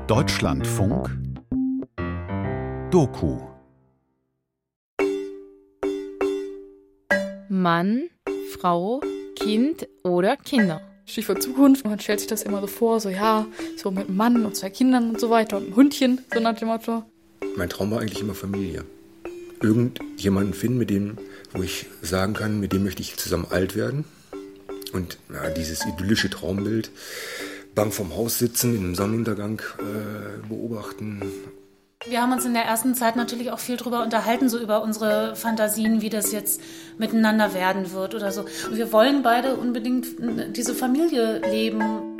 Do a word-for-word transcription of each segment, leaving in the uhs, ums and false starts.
Deutschlandfunk Doku Mann, Frau, Kind oder Kinder. Stichwort Zukunft. Man stellt sich das immer so vor, so ja, so mit einem Mann und zwei Kindern und so weiter und einem Hundchen, so nach dem Motto. Mein Traum war eigentlich immer Familie. Irgendjemanden finden, mit dem, wo ich sagen kann, mit dem möchte ich zusammen alt werden. Und ja, dieses idyllische Traumbild, Bank vorm Haus sitzen, in einem Sonnenuntergang äh, beobachten. Wir haben uns in der ersten Zeit natürlich auch viel drüber unterhalten, so über unsere Fantasien, wie das jetzt miteinander werden wird oder so. Und wir wollen beide unbedingt diese Familie leben.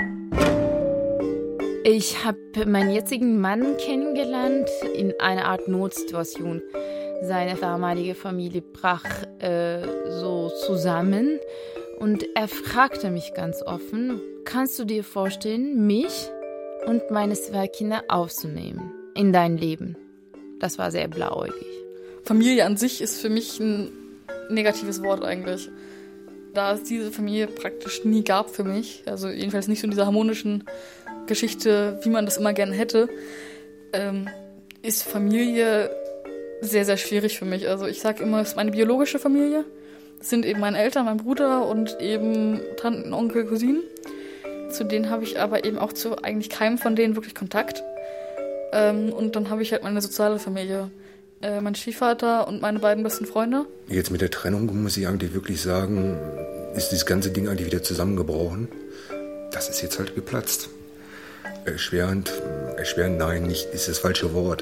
Ich habe meinen jetzigen Mann kennengelernt in einer Art Notsituation. Seine damalige Familie brach äh, so zusammen und er fragte mich ganz offen, kannst du dir vorstellen, mich und meine zwei Kinder aufzunehmen in dein Leben? Das war sehr blauäugig. Familie an sich ist für mich ein negatives Wort eigentlich. Da es diese Familie praktisch nie gab für mich, also jedenfalls nicht so in dieser harmonischen Geschichte, wie man das immer gerne hätte, ähm, ist Familie sehr, sehr schwierig für mich. Also ich sage immer, es ist meine biologische Familie. Das sind eben meine Eltern, mein Bruder und eben Tanten, Onkel, Cousinen. Zu denen habe ich aber eben auch zu eigentlich keinem von denen wirklich Kontakt. Ähm, und dann habe ich halt meine soziale Familie. Äh, mein Stiefvater und meine beiden besten Freunde. Jetzt mit der Trennung muss ich eigentlich wirklich sagen, ist dieses ganze Ding eigentlich wieder zusammengebrochen. Das ist jetzt halt geplatzt. Erschwerend, erschwerend, nein, nicht ist das falsche Wort.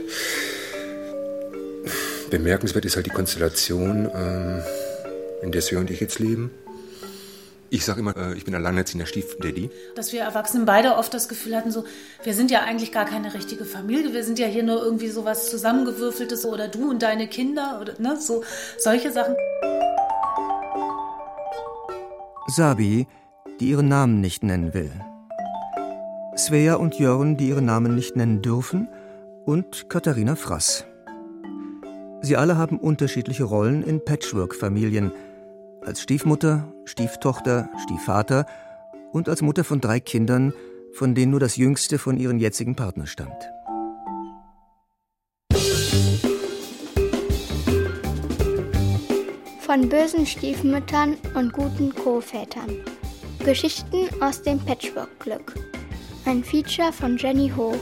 Bemerkenswert ist halt die Konstellation, ähm, in der Svea und ich jetzt leben. Ich sage immer, äh, ich bin alleinerziehender Stiefdaddy. Dass wir Erwachsenen beide oft das Gefühl hatten, so, wir sind ja eigentlich gar keine richtige Familie, wir sind ja hier nur irgendwie so was Zusammengewürfeltes oder du und deine Kinder oder ne, so solche Sachen. Sabi, die ihren Namen nicht nennen will. Svea und Jörn, die ihren Namen nicht nennen dürfen, und Katharina Frass. Sie alle haben unterschiedliche Rollen in Patchwork-Familien, als Stiefmutter, Stieftochter, Stiefvater und als Mutter von drei Kindern, von denen nur das jüngste von ihren jetzigen Partner stammt. Von bösen Stiefmüttern und guten Co-Vätern. Geschichten aus dem Patchwork-Glück. Ein Feature von Jenny Hoch.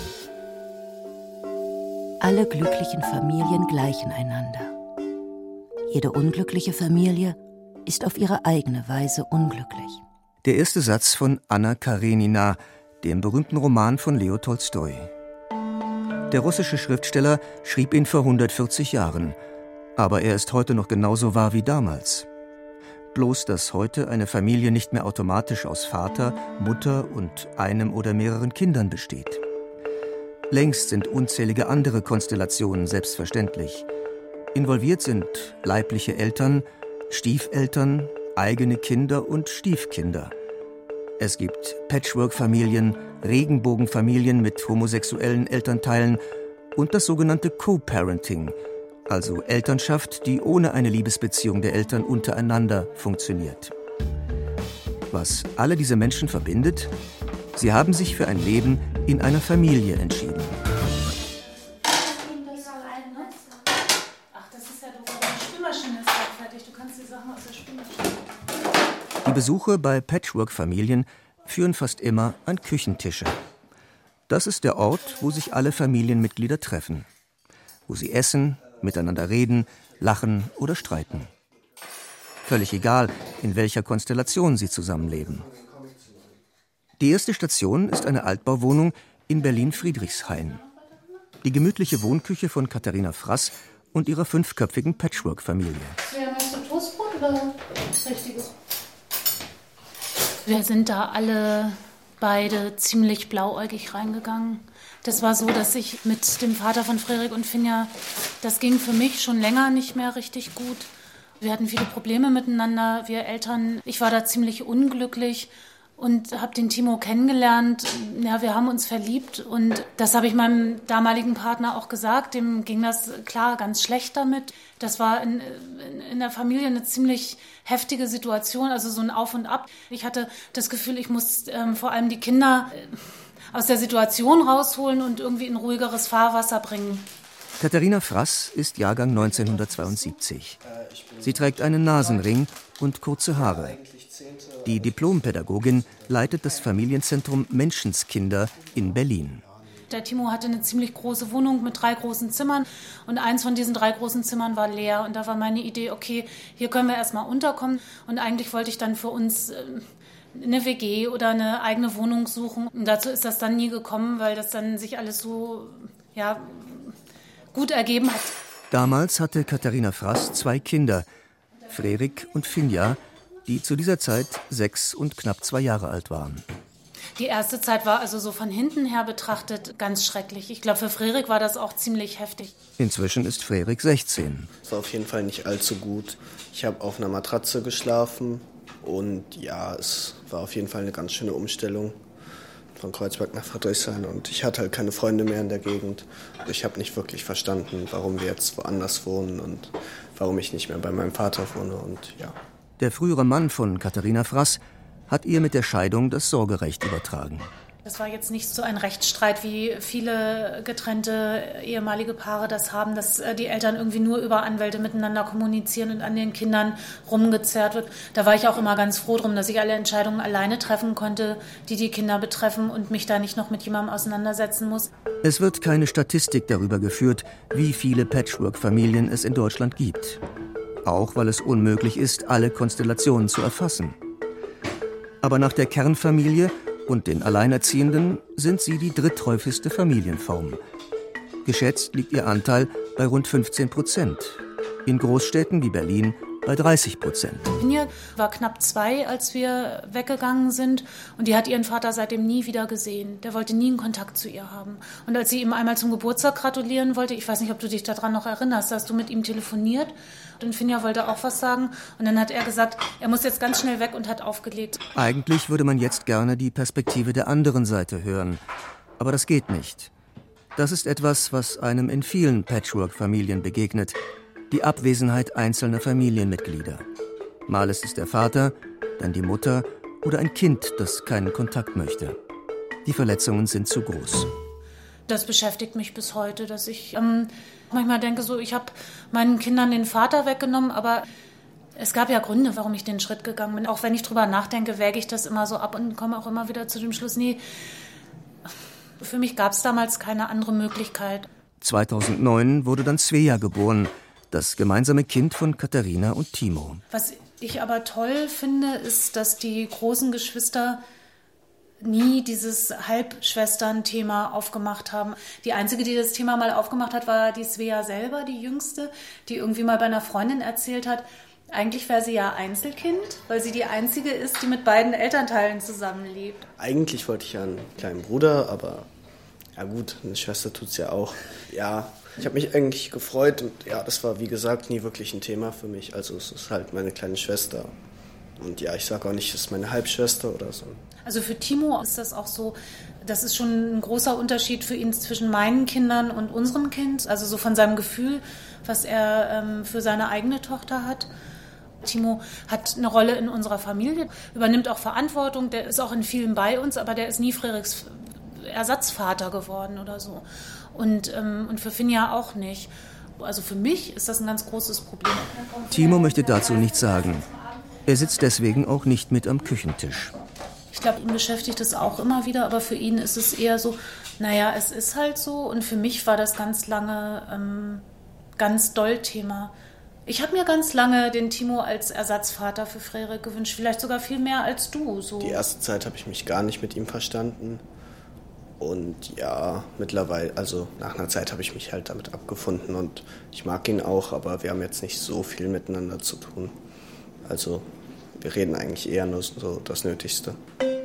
Alle glücklichen Familien gleichen einander. Jede unglückliche Familie ist auf ihre eigene Weise unglücklich. Der erste Satz von Anna Karenina, dem berühmten Roman von Leo Tolstoi. Der russische Schriftsteller schrieb ihn vor hundertvierzig Jahren, aber er ist heute noch genauso wahr wie damals. Bloß, dass heute eine Familie nicht mehr automatisch aus Vater, Mutter und einem oder mehreren Kindern besteht. Längst sind unzählige andere Konstellationen selbstverständlich. Involviert sind leibliche Eltern, Stiefeltern, eigene Kinder und Stiefkinder. Es gibt Patchwork-Familien, Regenbogenfamilien mit homosexuellen Elternteilen und das sogenannte Co-Parenting, also Elternschaft, die ohne eine Liebesbeziehung der Eltern untereinander funktioniert. Was alle diese Menschen verbindet? Sie haben sich für ein Leben in einer Familie entschieden. Die Besuche bei Patchwork-Familien führen fast immer an Küchentische. Das ist der Ort, wo sich alle Familienmitglieder treffen, wo sie essen, miteinander reden, lachen oder streiten. Völlig egal, in welcher Konstellation sie zusammenleben. Die erste Station ist eine Altbauwohnung in Berlin-Friedrichshain. Die gemütliche Wohnküche von Katharina Frass und ihrer fünfköpfigen Patchwork-Familie. Möchtest du Toastbrot oder richtiges? Wir sind da alle beide ziemlich blauäugig reingegangen. Das war so, dass ich mit dem Vater von Frederik und Finja, das ging für mich schon länger nicht mehr richtig gut. Wir hatten viele Probleme miteinander, wir Eltern. Ich war da ziemlich unglücklich und habe den Timo kennengelernt. Ja, wir haben uns verliebt und das habe ich meinem damaligen Partner auch gesagt. Dem ging das klar ganz schlecht damit. Das war in, in, in der Familie eine ziemlich heftige Situation, also so ein Auf und Ab. Ich hatte das Gefühl, ich muss ähm, vor allem die Kinder aus der Situation rausholen und irgendwie in ruhigeres Fahrwasser bringen. Katharina Frass ist Jahrgang neunzehnhundertzweiundsiebzig. Sie trägt einen Nasenring und kurze Haare. Die Diplompädagogin leitet das Familienzentrum Menschenskinder in Berlin. Der Timo hatte eine ziemlich große Wohnung mit drei großen Zimmern und eins von diesen drei großen Zimmern war leer. Und da war meine Idee, okay, hier können wir erstmal unterkommen. Und eigentlich wollte ich dann für uns eine W G oder eine eigene Wohnung suchen. Und dazu ist das dann nie gekommen, weil das dann sich alles so ja, gut ergeben hat. Damals hatte Katharina Frass zwei Kinder, Frerik und Finja, die zu dieser Zeit sechs und knapp zwei Jahre alt waren. Die erste Zeit war also so von hinten her betrachtet ganz schrecklich. Ich glaube, für Frerik war das auch ziemlich heftig. Inzwischen ist Frerik sechzehn. Es war auf jeden Fall nicht allzu gut. Ich habe auf einer Matratze geschlafen und ja, es war auf jeden Fall eine ganz schöne Umstellung von Kreuzberg nach Friedrichshain und ich hatte halt keine Freunde mehr in der Gegend. Ich habe nicht wirklich verstanden, warum wir jetzt woanders wohnen und warum ich nicht mehr bei meinem Vater wohne und ja. Der frühere Mann von Katharina Frass hat ihr mit der Scheidung das Sorgerecht übertragen. Das war jetzt nicht so ein Rechtsstreit, wie viele getrennte ehemalige Paare das haben, dass die Eltern irgendwie nur über Anwälte miteinander kommunizieren und an den Kindern rumgezerrt wird. Da war ich auch immer ganz froh drum, dass ich alle Entscheidungen alleine treffen konnte, die die Kinder betreffen und mich da nicht noch mit jemandem auseinandersetzen muss. Es wird keine Statistik darüber geführt, wie viele Patchwork-Familien es in Deutschland gibt. Auch weil es unmöglich ist, alle Konstellationen zu erfassen. Aber nach der Kernfamilie und den Alleinerziehenden sind sie die dritthäufigste Familienform. Geschätzt liegt ihr Anteil bei rund fünfzehn Prozent. In Großstädten wie Berlin bei dreißig Prozent. Finja war knapp zwei, als wir weggegangen sind. Und die hat ihren Vater seitdem nie wieder gesehen. Der wollte nie einen Kontakt zu ihr haben. Und als sie ihm einmal zum Geburtstag gratulieren wollte, ich weiß nicht, ob du dich daran noch erinnerst, hast du mit ihm telefoniert. Und Finja wollte auch was sagen. Und dann hat er gesagt, er muss jetzt ganz schnell weg und hat aufgelegt. Eigentlich würde man jetzt gerne die Perspektive der anderen Seite hören. Aber das geht nicht. Das ist etwas, was einem in vielen Patchwork-Familien begegnet. Die Abwesenheit einzelner Familienmitglieder. Mal ist es der Vater, dann die Mutter oder ein Kind, das keinen Kontakt möchte. Die Verletzungen sind zu groß. Das beschäftigt mich bis heute, dass ich ähm, manchmal denke, so, ich habe meinen Kindern den Vater weggenommen, aber es gab ja Gründe, warum ich den Schritt gegangen bin. Auch wenn ich drüber nachdenke, wäge ich das immer so ab und komme auch immer wieder zu dem Schluss, nee, für mich gab es damals keine andere Möglichkeit. zweitausendneun wurde dann Svea geboren, das gemeinsame Kind von Katharina und Timo. Was ich aber toll finde, ist, dass die großen Geschwister nie dieses Halbschwestern-Thema aufgemacht haben. Die einzige, die das Thema mal aufgemacht hat, war die Svea selber, die Jüngste, die irgendwie mal bei einer Freundin erzählt hat, eigentlich wäre sie ja Einzelkind, weil sie die Einzige ist, die mit beiden Elternteilen zusammenlebt. Eigentlich wollte ich ja einen kleinen Bruder, aber ja gut, eine Schwester tut's ja auch. Ja, ich habe mich eigentlich gefreut und ja, das war wie gesagt nie wirklich ein Thema für mich. Also es ist halt meine kleine Schwester. Und ja, ich sage auch nicht, es ist meine Halbschwester oder so. Also für Timo ist das auch so, das ist schon ein großer Unterschied für ihn zwischen meinen Kindern und unserem Kind. Also so von seinem Gefühl, was er ähm, für seine eigene Tochter hat. Timo hat eine Rolle in unserer Familie, übernimmt auch Verantwortung, der ist auch in vielen bei uns, aber der ist nie Freriks Ersatzvater geworden oder so. Und, ähm, und für Finja auch nicht. Also für mich ist das ein ganz großes Problem. Timo möchte dazu nichts sagen. Er sitzt deswegen auch nicht mit am Küchentisch. Ich glaube, ihn beschäftigt es auch immer wieder, aber für ihn ist es eher so, naja, es ist halt so. Und für mich war das ganz lange ähm, ganz doll Thema. Ich habe mir ganz lange den Timo als Ersatzvater für Frerik gewünscht, vielleicht sogar viel mehr als du. So. Die erste Zeit habe ich mich gar nicht mit ihm verstanden. Und ja, mittlerweile, also nach einer Zeit habe ich mich halt damit abgefunden und ich mag ihn auch, aber wir haben jetzt nicht so viel miteinander zu tun. Also wir reden eigentlich eher nur so das Nötigste.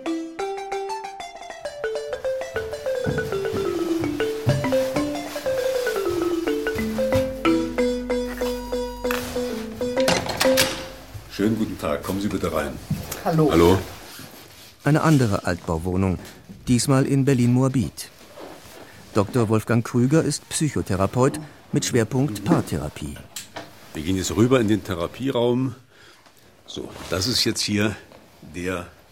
Schönen guten Tag, kommen Sie bitte rein. Hallo. Hallo. Eine andere Altbauwohnung, diesmal in Berlin-Moabit. Doktor Wolfgang Krüger ist Psychotherapeut mit Schwerpunkt Paartherapie. Wir gehen jetzt rüber in den Therapieraum. So, das ist jetzt hier der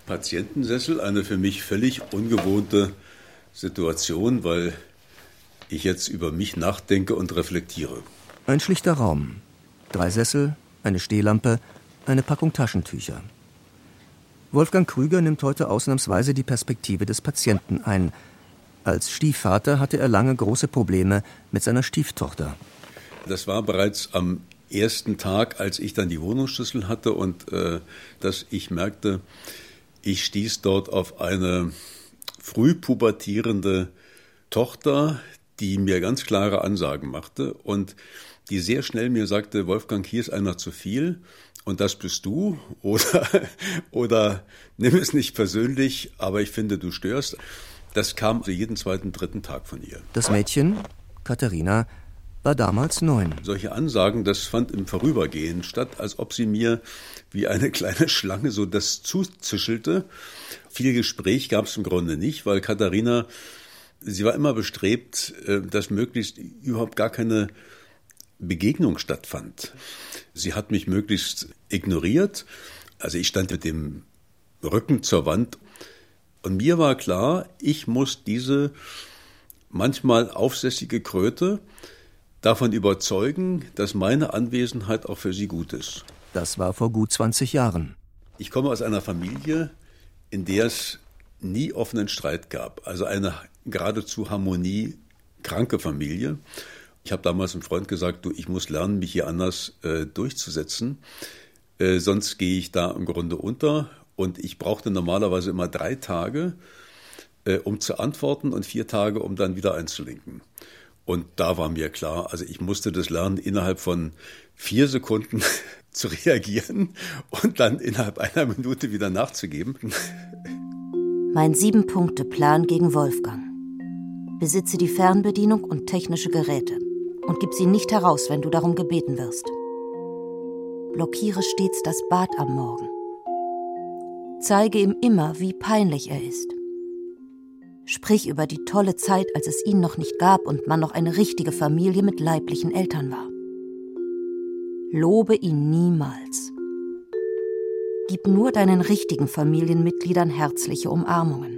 Patientensessel, eine für mich völlig ungewohnte Situation, weil ich jetzt über mich nachdenke und reflektiere. Ein schlichter Raum. Drei Sessel, eine Stehlampe, eine Packung Taschentücher. Wolfgang Krüger nimmt heute ausnahmsweise die Perspektive des Patienten ein. Als Stiefvater hatte er lange große Probleme mit seiner Stieftochter. Das war bereits am ersten Tag, als ich dann die Wohnungsschlüssel hatte und äh, dass ich merkte, ich stieß dort auf eine früh pubertierende Tochter, die mir ganz klare Ansagen machte und die sehr schnell mir sagte, Wolfgang, hier ist einer zu viel und das bist du oder, oder nimm es nicht persönlich, aber ich finde, du störst. Das kam also jeden zweiten, dritten Tag von ihr. Das Mädchen, Katharina, war damals neun. Solche Ansagen, das fand im Vorübergehen statt, als ob sie mir wie eine kleine Schlange so das zuzischelte. Viel Gespräch gab es im Grunde nicht, weil Katharina, sie war immer bestrebt, dass möglichst überhaupt gar keine Begegnung stattfand. Sie hat mich möglichst ignoriert. Also ich stand mit dem Rücken zur Wand und mir war klar, ich muss diese manchmal aufsässige Kröte davon überzeugen, dass meine Anwesenheit auch für sie gut ist. Das war vor gut zwanzig Jahren. Ich komme aus einer Familie, in der es nie offenen Streit gab. Also eine geradezu harmoniekranke Familie. Ich habe damals einem Freund gesagt, du, ich muss lernen, mich hier anders äh, durchzusetzen. Äh, sonst gehe ich da im Grunde unter. Und ich brauchte normalerweise immer drei Tage, äh, um zu antworten und vier Tage, um dann wieder einzulenken. Und da war mir klar, also ich musste das lernen, innerhalb von vier Sekunden zu reagieren und dann innerhalb einer Minute wieder nachzugeben. Mein Sieben-Punkte-Plan gegen Wolfgang. Besitze die Fernbedienung und technische Geräte und gib sie nicht heraus, wenn du darum gebeten wirst. Blockiere stets das Bad am Morgen. Zeige ihm immer, wie peinlich er ist. Sprich über die tolle Zeit, als es ihn noch nicht gab und man noch eine richtige Familie mit leiblichen Eltern war. Lobe ihn niemals. Gib nur deinen richtigen Familienmitgliedern herzliche Umarmungen.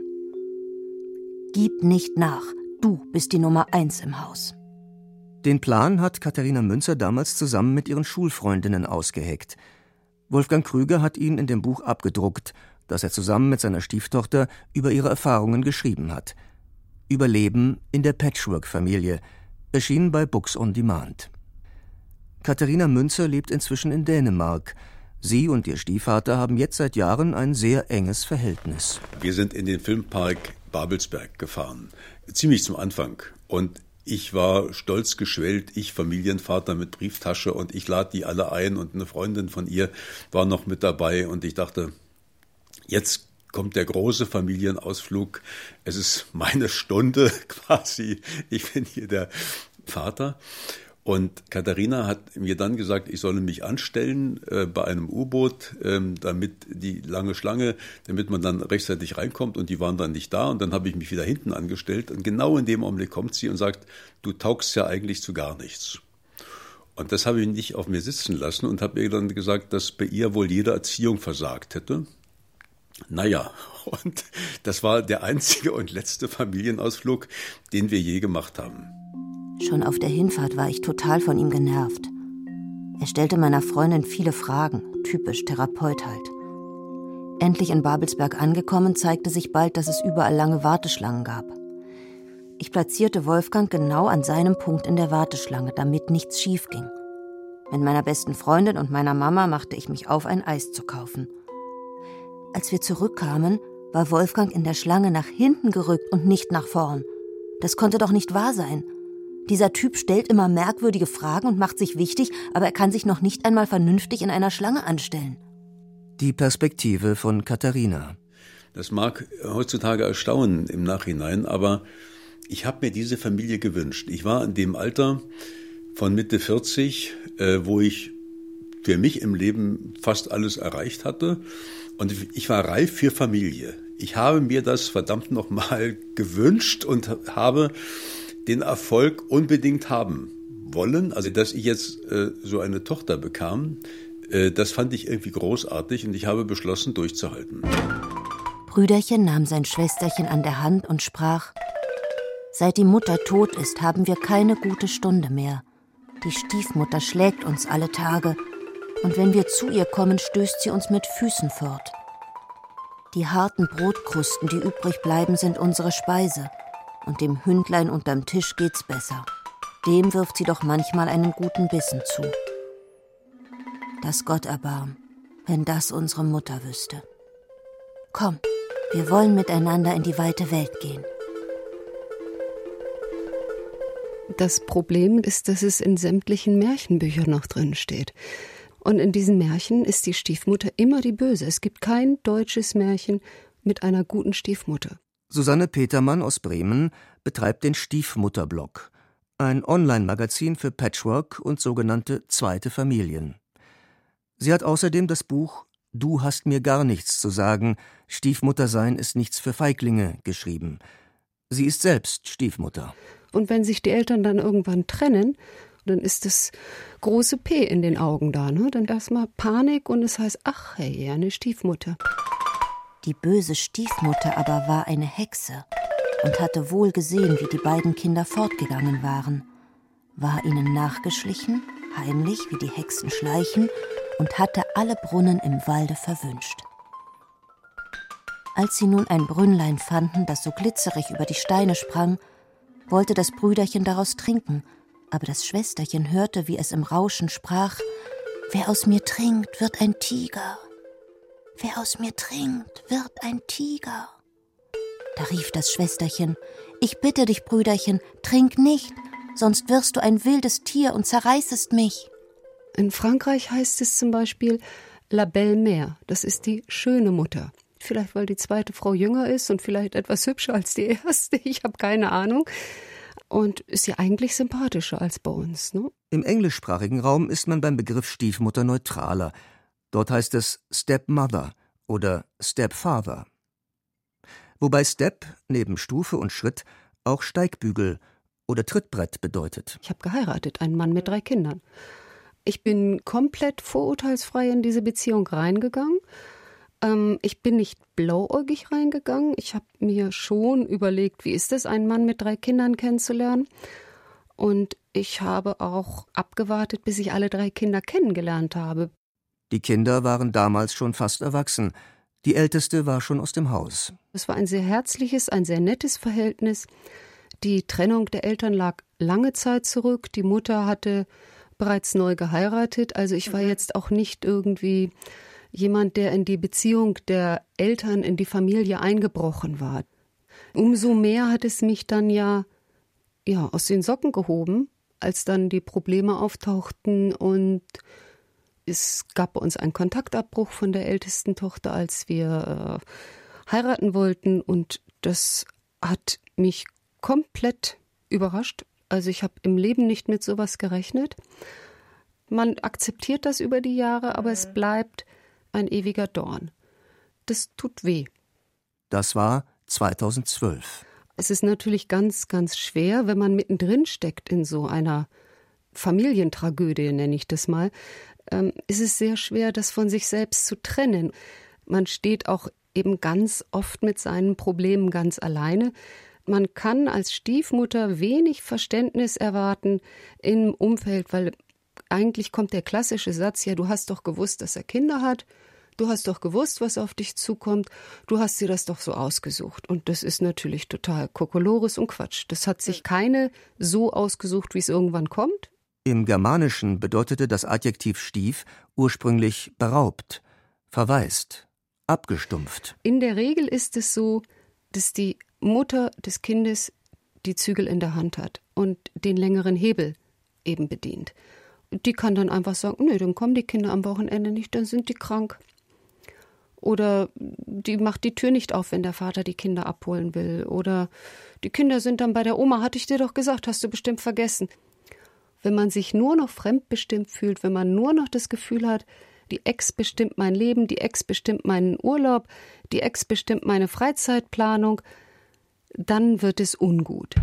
Gib nicht nach, du bist die Nummer eins im Haus. Den Plan hat Katharina Münzer damals zusammen mit ihren Schulfreundinnen ausgeheckt. Wolfgang Krüger hat ihn in dem Buch abgedruckt, das er zusammen mit seiner Stieftochter über ihre Erfahrungen geschrieben hat. Überleben in der Patchwork-Familie, erschienen bei Books on Demand. Katharina Münzer lebt inzwischen in Dänemark. Sie und ihr Stiefvater haben jetzt seit Jahren ein sehr enges Verhältnis. Wir sind in den Filmpark Babelsberg gefahren, ziemlich zum Anfang. Und ich war stolz geschwellt, ich Familienvater mit Brieftasche und ich lade die alle ein und eine Freundin von ihr war noch mit dabei und ich dachte, jetzt kommt der große Familienausflug. Es ist meine Stunde quasi. Ich bin hier der Vater. Und Katharina hat mir dann gesagt, ich solle mich anstellen äh, bei einem U-Boot, ähm, damit die lange Schlange, damit man dann rechtzeitig reinkommt. Und die waren dann nicht da. Und dann habe ich mich wieder hinten angestellt. Und genau in dem Augenblick kommt sie und sagt, du taugst ja eigentlich zu gar nichts. Und das habe ich nicht auf mir sitzen lassen und habe ihr dann gesagt, dass bei ihr wohl jede Erziehung versagt hätte. Naja, und das war der einzige und letzte Familienausflug, den wir je gemacht haben. Schon auf der Hinfahrt war ich total von ihm genervt. Er stellte meiner Freundin viele Fragen, typisch Therapeut halt. Endlich in Babelsberg angekommen, zeigte sich bald, dass es überall lange Warteschlangen gab. Ich platzierte Wolfgang genau an seinem Punkt in der Warteschlange, damit nichts schief ging. Mit meiner besten Freundin und meiner Mama machte ich mich auf, ein Eis zu kaufen. Als wir zurückkamen, war Wolfgang in der Schlange nach hinten gerückt und nicht nach vorn. Das konnte doch nicht wahr sein. Dieser Typ stellt immer merkwürdige Fragen und macht sich wichtig, aber er kann sich noch nicht einmal vernünftig in einer Schlange anstellen. Die Perspektive von Katharina. Das mag heutzutage erstaunen im Nachhinein, aber ich habe mir diese Familie gewünscht. Ich war in dem Alter von Mitte vierzig, äh, wo ich für mich im Leben fast alles erreicht hatte. Und ich war reif für Familie. Ich habe mir das verdammt nochmal gewünscht und habe den Erfolg unbedingt haben wollen. Also, dass ich jetzt äh, so eine Tochter bekam, äh, das fand ich irgendwie großartig und ich habe beschlossen, durchzuhalten. Brüderchen nahm sein Schwesterchen an der Hand und sprach: »Seit die Mutter tot ist, haben wir keine gute Stunde mehr. Die Stiefmutter schlägt uns alle Tage, und wenn wir zu ihr kommen, stößt sie uns mit Füßen fort. Die harten Brotkrusten, die übrig bleiben, sind unsere Speise, und dem Hündlein unterm Tisch geht's besser. Dem wirft sie doch manchmal einen guten Bissen zu. Dass Gott erbarm, wenn das unsere Mutter wüsste. Komm, wir wollen miteinander in die weite Welt gehen.« Das Problem ist, dass es in sämtlichen Märchenbüchern noch drin steht. Und in diesen Märchen ist die Stiefmutter immer die Böse. Es gibt kein deutsches Märchen mit einer guten Stiefmutter. Susanne Petermann aus Bremen betreibt den Stiefmutterblog, ein Online-Magazin für Patchwork und sogenannte zweite Familien. Sie hat außerdem das Buch »Du hast mir gar nichts zu sagen, Stiefmutter sein ist nichts für Feiglinge« geschrieben. Sie ist selbst Stiefmutter. Und wenn sich die Eltern dann irgendwann trennen, dann ist das große P in den Augen da, ne? Dann erstmal Panik und es heißt, ach hey, eine Stiefmutter. Die böse Stiefmutter aber war eine Hexe und hatte wohl gesehen, wie die beiden Kinder fortgegangen waren, war ihnen nachgeschlichen, heimlich wie die Hexen schleichen, und hatte alle Brunnen im Walde verwünscht. Als sie nun ein Brünnlein fanden, das so glitzerig über die Steine sprang, wollte das Brüderchen daraus trinken, aber das Schwesterchen hörte, wie es im Rauschen sprach: »Wer aus mir trinkt, wird ein Tiger. Wer aus mir trinkt, wird ein Tiger.« Da rief das Schwesterchen: »Ich bitte dich, Brüderchen, trink nicht, sonst wirst du ein wildes Tier und zerreißest mich.« In Frankreich heißt es zum Beispiel La Belle-Mère, das ist die schöne Mutter. Vielleicht, weil die zweite Frau jünger ist und vielleicht etwas hübscher als die erste, ich habe keine Ahnung. Und ist ja eigentlich sympathischer als bei uns, ne? Im englischsprachigen Raum ist man beim Begriff Stiefmutter neutraler. Dort heißt es Stepmother oder Stepfather. Wobei Step neben Stufe und Schritt auch Steigbügel oder Trittbrett bedeutet. Ich habe geheiratet, einen Mann mit drei Kindern. Ich bin komplett vorurteilsfrei in diese Beziehung reingegangen. Ähm, ich bin nicht blauäugig reingegangen. Ich habe mir schon überlegt, wie ist es, einen Mann mit drei Kindern kennenzulernen. Und ich habe auch abgewartet, bis ich alle drei Kinder kennengelernt habe. Die Kinder waren damals schon fast erwachsen. Die älteste war schon aus dem Haus. Es war ein sehr herzliches, ein sehr nettes Verhältnis. Die Trennung der Eltern lag lange Zeit zurück. Die Mutter hatte bereits neu geheiratet. Also ich war jetzt auch nicht irgendwie jemand, der in die Beziehung der Eltern, in die Familie eingebrochen war. Umso mehr hat es mich dann ja, ja aus den Socken gehoben, als dann die Probleme auftauchten und es gab bei uns einen Kontaktabbruch von der ältesten Tochter, als wir äh, heiraten wollten, und das hat mich komplett überrascht. Also ich habe im Leben nicht mit sowas gerechnet. Man akzeptiert das über die Jahre, aber es bleibt ein ewiger Dorn. Das tut weh. Das war zweitausendzwölf. Es ist natürlich ganz, ganz schwer, wenn man mittendrin steckt in so einer Familientragödie, nenne ich das mal, ähm, ist es sehr schwer, das von sich selbst zu trennen. Man steht auch eben ganz oft mit seinen Problemen ganz alleine. Man kann als Stiefmutter wenig Verständnis erwarten im Umfeld, weil eigentlich kommt der klassische Satz, ja, du hast doch gewusst, dass er Kinder hat, du hast doch gewusst, was auf dich zukommt, du hast dir das doch so ausgesucht. Und das ist natürlich total Kokolores und Quatsch. Das hat sich keine so ausgesucht, wie es irgendwann kommt. Im Germanischen bedeutete das Adjektiv Stief ursprünglich beraubt, verwaist, abgestumpft. In der Regel ist es so, dass die Mutter des Kindes die Zügel in der Hand hat und den längeren Hebel eben bedient. Die kann dann einfach sagen, nee, dann kommen die Kinder am Wochenende nicht, dann sind die krank. Oder die macht die Tür nicht auf, wenn der Vater die Kinder abholen will. Oder die Kinder sind dann bei der Oma, hatte ich dir doch gesagt, hast du bestimmt vergessen. Wenn man sich nur noch fremdbestimmt fühlt, wenn man nur noch das Gefühl hat, die Ex bestimmt mein Leben, die Ex bestimmt meinen Urlaub, die Ex bestimmt meine Freizeitplanung, dann wird es ungut.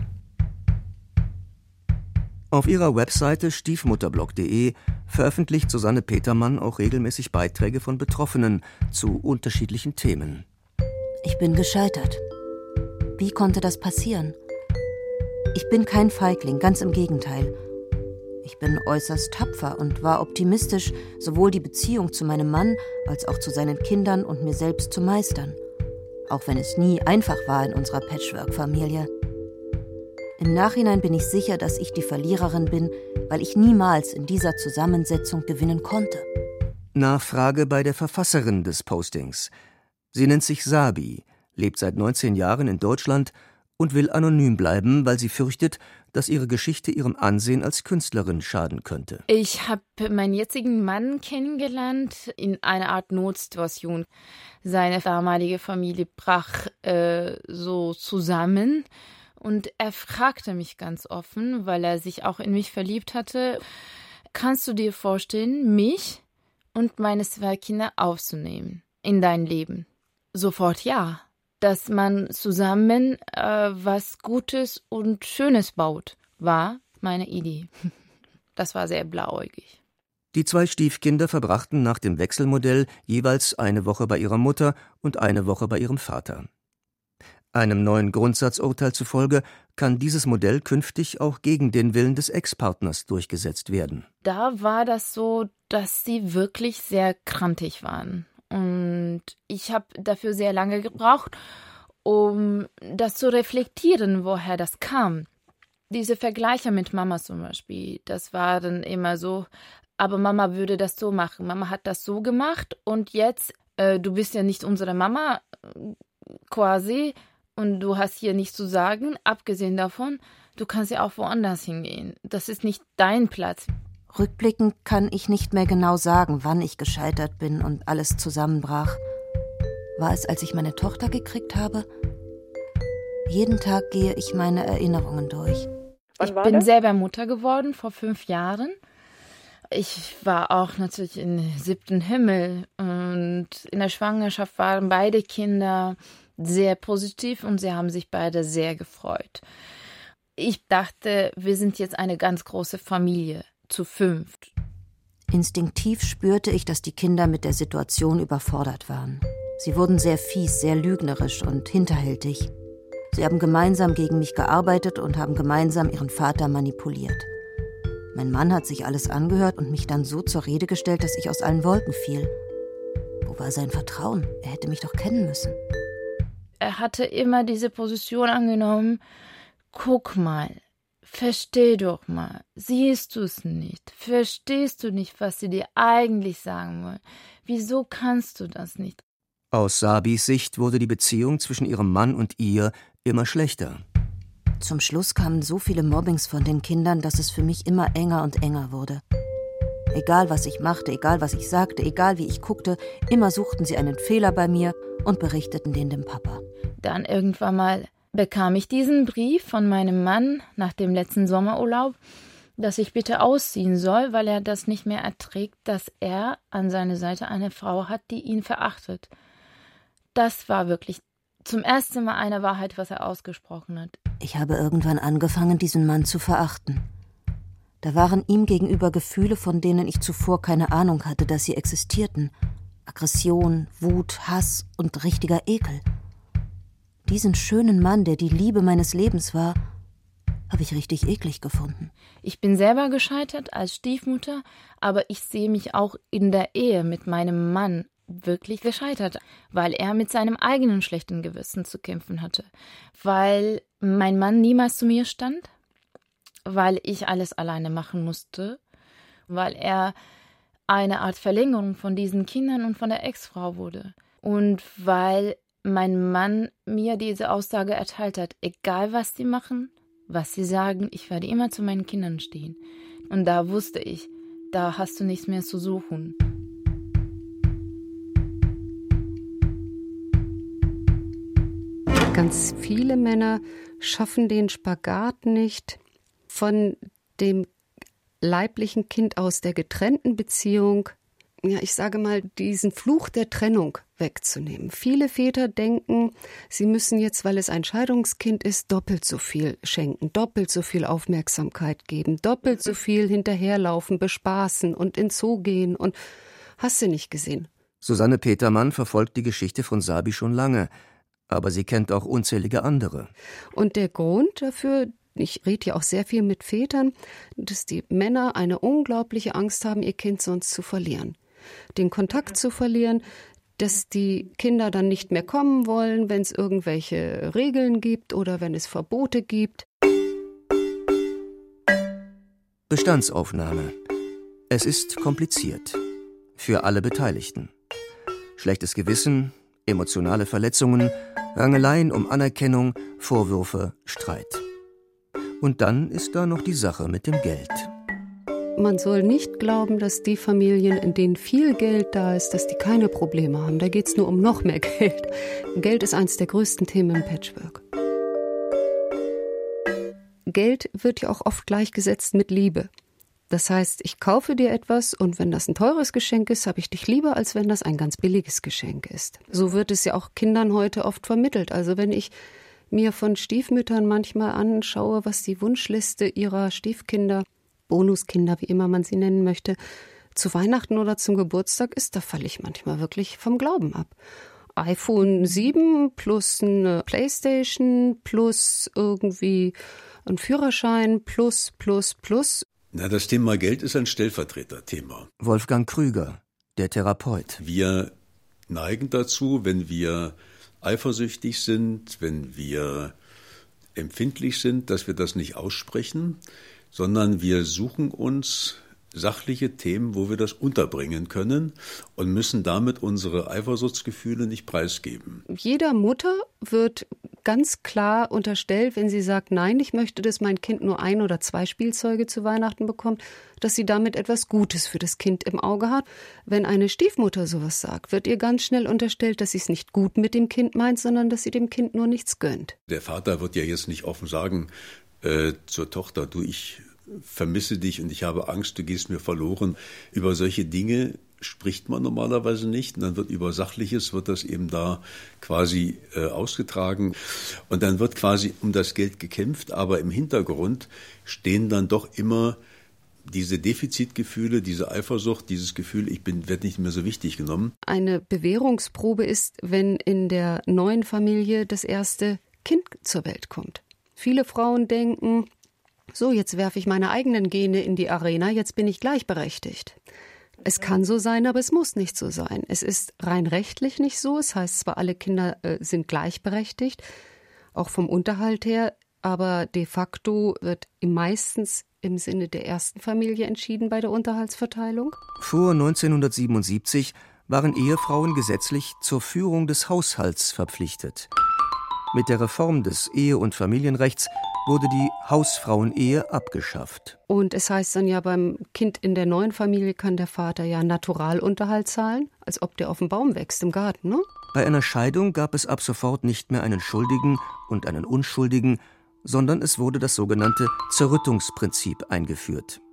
Auf ihrer Webseite stiefmutterblog punkt de veröffentlicht Susanne Petermann auch regelmäßig Beiträge von Betroffenen zu unterschiedlichen Themen. Ich bin gescheitert. Wie konnte das passieren? Ich bin kein Feigling, ganz im Gegenteil. Ich bin äußerst tapfer und war optimistisch, sowohl die Beziehung zu meinem Mann als auch zu seinen Kindern und mir selbst zu meistern. Auch wenn es nie einfach war in unserer Patchwork-Familie. Im Nachhinein bin ich sicher, dass ich die Verliererin bin, weil ich niemals in dieser Zusammensetzung gewinnen konnte. Nachfrage bei der Verfasserin des Postings. Sie nennt sich Sabi, lebt seit neunzehn Jahren in Deutschland und will anonym bleiben, weil sie fürchtet, dass ihre Geschichte ihrem Ansehen als Künstlerin schaden könnte. Ich habe meinen jetzigen Mann kennengelernt in einer Art Notsituation. Seine damalige Familie brach äh, so zusammen und er fragte mich ganz offen, weil er sich auch in mich verliebt hatte: Kannst du dir vorstellen, mich und meine zwei Kinder aufzunehmen in dein Leben? Sofort ja. Dass man zusammen äh, was Gutes und Schönes baut, war meine Idee. Das war sehr blauäugig. Die zwei Stiefkinder verbrachten nach dem Wechselmodell jeweils eine Woche bei ihrer Mutter und eine Woche bei ihrem Vater. Einem neuen Grundsatzurteil zufolge kann dieses Modell künftig auch gegen den Willen des Ex-Partners durchgesetzt werden. Da war das so, dass sie wirklich sehr krantig waren. Und ich habe dafür sehr lange gebraucht, um das zu reflektieren, woher das kam. Diese Vergleiche mit Mama zum Beispiel, das war dann immer so, aber Mama würde das so machen, Mama hat das so gemacht und jetzt, äh, du bist ja nicht unsere Mama quasi und du hast hier nichts zu sagen, abgesehen davon, du kannst ja auch woanders hingehen. Das ist nicht dein Platz. Rückblickend kann ich nicht mehr genau sagen, wann ich gescheitert bin und alles zusammenbrach. War es, als ich meine Tochter gekriegt habe? Jeden Tag gehe ich meine Erinnerungen durch. Ich bin das? selber Mutter geworden vor fünf Jahren. Ich war auch natürlich im siebten Himmel und in der Schwangerschaft waren beide Kinder sehr positiv und sie haben sich beide sehr gefreut. Ich dachte, wir sind jetzt eine ganz große Familie. Zu fünft. Instinktiv spürte ich, dass die Kinder mit der Situation überfordert waren. Sie wurden sehr fies, sehr lügnerisch und hinterhältig. Sie haben gemeinsam gegen mich gearbeitet und haben gemeinsam ihren Vater manipuliert. Mein Mann hat sich alles angehört und mich dann so zur Rede gestellt, dass ich aus allen Wolken fiel. Wo war sein Vertrauen? Er hätte mich doch kennen müssen. Er hatte immer diese Position angenommen: Guck mal, versteh doch mal, siehst du es nicht? Verstehst du nicht, was sie dir eigentlich sagen wollen? Wieso kannst du das nicht? Aus Sabis Sicht wurde die Beziehung zwischen ihrem Mann und ihr immer schlechter. Zum Schluss kamen so viele Mobbings von den Kindern, dass es für mich immer enger und enger wurde. Egal, was ich machte, egal, was ich sagte, egal, wie ich guckte, immer suchten sie einen Fehler bei mir und berichteten den dem Papa. Dann irgendwann mal bekam ich diesen Brief von meinem Mann nach dem letzten Sommerurlaub, dass ich bitte ausziehen soll, weil er das nicht mehr erträgt, dass er an seiner Seite eine Frau hat, die ihn verachtet. Das war wirklich zum ersten Mal eine Wahrheit, was er ausgesprochen hat. Ich habe irgendwann angefangen, diesen Mann zu verachten. Da waren ihm gegenüber Gefühle, von denen ich zuvor keine Ahnung hatte, dass sie existierten. Aggression, Wut, Hass und richtiger Ekel. Diesen schönen Mann, der die Liebe meines Lebens war, habe ich richtig eklig gefunden. Ich bin selber gescheitert als Stiefmutter, aber ich sehe mich auch in der Ehe mit meinem Mann wirklich gescheitert, weil er mit seinem eigenen schlechten Gewissen zu kämpfen hatte. Weil mein Mann niemals zu mir stand, weil ich alles alleine machen musste, weil er eine Art Verlängerung von diesen Kindern und von der Ex-Frau wurde. Und weil mein Mann mir diese Aussage erteilt hat: Egal, was sie machen, was sie sagen, ich werde immer zu meinen Kindern stehen. Und da wusste ich, da hast du nichts mehr zu suchen. Ganz viele Männer schaffen den Spagat nicht von dem leiblichen Kind aus der getrennten Beziehung, ja, ich sage mal, diesen Fluch der Trennung wegzunehmen. Viele Väter denken, sie müssen jetzt, weil es ein Scheidungskind ist, doppelt so viel schenken, doppelt so viel Aufmerksamkeit geben, doppelt so viel hinterherlaufen, bespaßen und ins Zoo gehen und hast du nicht gesehen. Susanne Petermann verfolgt die Geschichte von Sabi schon lange. Aber sie kennt auch unzählige andere. Und der Grund dafür, ich rede ja auch sehr viel mit Vätern, dass die Männer eine unglaubliche Angst haben, ihr Kind sonst zu verlieren. Den Kontakt zu verlieren, dass die Kinder dann nicht mehr kommen wollen, wenn es irgendwelche Regeln gibt oder wenn es Verbote gibt. Bestandsaufnahme. Es ist kompliziert. Für alle Beteiligten. Schlechtes Gewissen, emotionale Verletzungen, Rangeleien um Anerkennung, Vorwürfe, Streit. Und dann ist da noch die Sache mit dem Geld. Man soll nicht glauben, dass die Familien, in denen viel Geld da ist, dass die keine Probleme haben. Da geht es nur um noch mehr Geld. Geld ist eines der größten Themen im Patchwork. Geld wird ja auch oft gleichgesetzt mit Liebe. Das heißt, ich kaufe dir etwas und wenn das ein teures Geschenk ist, habe ich dich lieber, als wenn das ein ganz billiges Geschenk ist. So wird es ja auch Kindern heute oft vermittelt. Also wenn ich mir von Stiefmüttern manchmal anschaue, was die Wunschliste ihrer Stiefkinder, Bonuskinder, wie immer man sie nennen möchte, zu Weihnachten oder zum Geburtstag ist, da falle ich manchmal wirklich vom Glauben ab. iPhone sieben plus eine Playstation plus irgendwie ein Führerschein plus, plus, plus. Na, das Thema Geld ist ein Stellvertreterthema. Wolfgang Krüger, der Therapeut. Wir neigen dazu, wenn wir eifersüchtig sind, wenn wir empfindlich sind, dass wir das nicht aussprechen, sondern wir suchen uns sachliche Themen, wo wir das unterbringen können und müssen damit unsere Eifersuchtsgefühle nicht preisgeben. Jeder Mutter wird ganz klar unterstellt, wenn sie sagt, nein, ich möchte, dass mein Kind nur ein oder zwei Spielzeuge zu Weihnachten bekommt, dass sie damit etwas Gutes für das Kind im Auge hat. Wenn eine Stiefmutter sowas sagt, wird ihr ganz schnell unterstellt, dass sie es nicht gut mit dem Kind meint, sondern dass sie dem Kind nur nichts gönnt. Der Vater wird ja jetzt nicht offen sagen äh, zur Tochter, du, ich vermisse dich und ich habe Angst, du gehst mir verloren. Über solche Dinge spricht man normalerweise nicht. Und dann wird über Sachliches, wird das eben da quasi äh, ausgetragen. Und dann wird quasi um das Geld gekämpft, aber im Hintergrund stehen dann doch immer diese Defizitgefühle, diese Eifersucht, dieses Gefühl, ich bin, werde nicht mehr so wichtig genommen. Eine Bewährungsprobe ist, wenn in der neuen Familie das erste Kind zur Welt kommt. Viele Frauen denken, so, jetzt werfe ich meine eigenen Gene in die Arena, jetzt bin ich gleichberechtigt. Es kann so sein, aber es muss nicht so sein. Es ist rein rechtlich nicht so. Es heißt zwar, alle Kinder äh, sind gleichberechtigt, auch vom Unterhalt her, aber de facto wird meistens im Sinne der ersten Familie entschieden bei der Unterhaltsverteilung. Vor neunzehnhundertsiebenundsiebzig waren Ehefrauen gesetzlich zur Führung des Haushalts verpflichtet. Mit der Reform des Ehe- und Familienrechts wurde die Hausfrauenehe abgeschafft. Und es heißt dann ja, beim Kind in der neuen Familie kann der Vater ja Naturalunterhalt zahlen, als ob der auf dem Baum wächst im Garten, ne? Bei einer Scheidung gab es ab sofort nicht mehr einen Schuldigen und einen Unschuldigen, sondern es wurde das sogenannte Zerrüttungsprinzip eingeführt.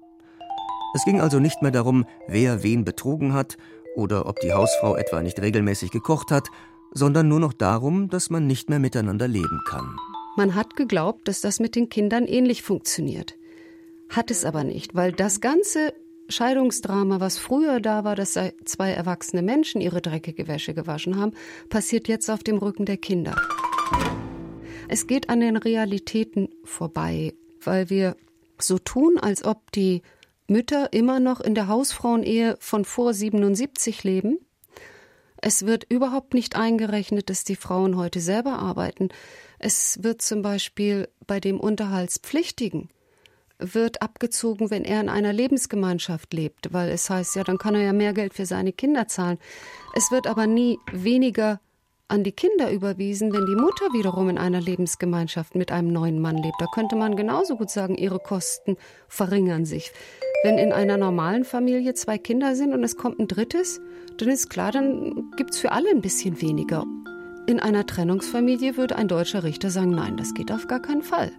Es ging also nicht mehr darum, wer wen betrogen hat oder ob die Hausfrau etwa nicht regelmäßig gekocht hat, sondern nur noch darum, dass man nicht mehr miteinander leben kann. Man hat geglaubt, dass das mit den Kindern ähnlich funktioniert. Hat es aber nicht, weil das ganze Scheidungsdrama, was früher da war, dass zwei erwachsene Menschen ihre dreckige Wäsche gewaschen haben, passiert jetzt auf dem Rücken der Kinder. Es geht an den Realitäten vorbei, weil wir so tun, als ob die Mütter immer noch in der Hausfrauenehe von vor siebenundsiebzig leben. Es wird überhaupt nicht eingerechnet, dass die Frauen heute selber arbeiten. Es wird zum Beispiel bei dem Unterhaltspflichtigen wird abgezogen, wenn er in einer Lebensgemeinschaft lebt, weil es heißt, ja, dann kann er ja mehr Geld für seine Kinder zahlen. Es wird aber nie weniger an die Kinder überwiesen, wenn die Mutter wiederum in einer Lebensgemeinschaft mit einem neuen Mann lebt. Da könnte man genauso gut sagen, ihre Kosten verringern sich. Wenn in einer normalen Familie zwei Kinder sind und es kommt ein drittes, dann ist klar, dann gibt es für alle ein bisschen weniger. In einer Trennungsfamilie würde ein deutscher Richter sagen, nein, das geht auf gar keinen Fall.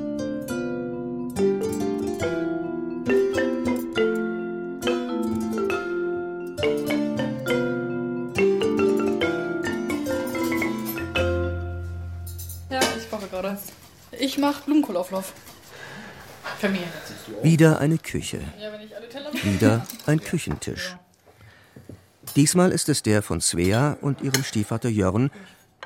Ja, ich koche gerade. Ich mache Blumenkohlauflauf. Für mich. Wieder eine Küche. Wieder ein Küchentisch. Diesmal ist es der von Svea und ihrem Stiefvater Jörn,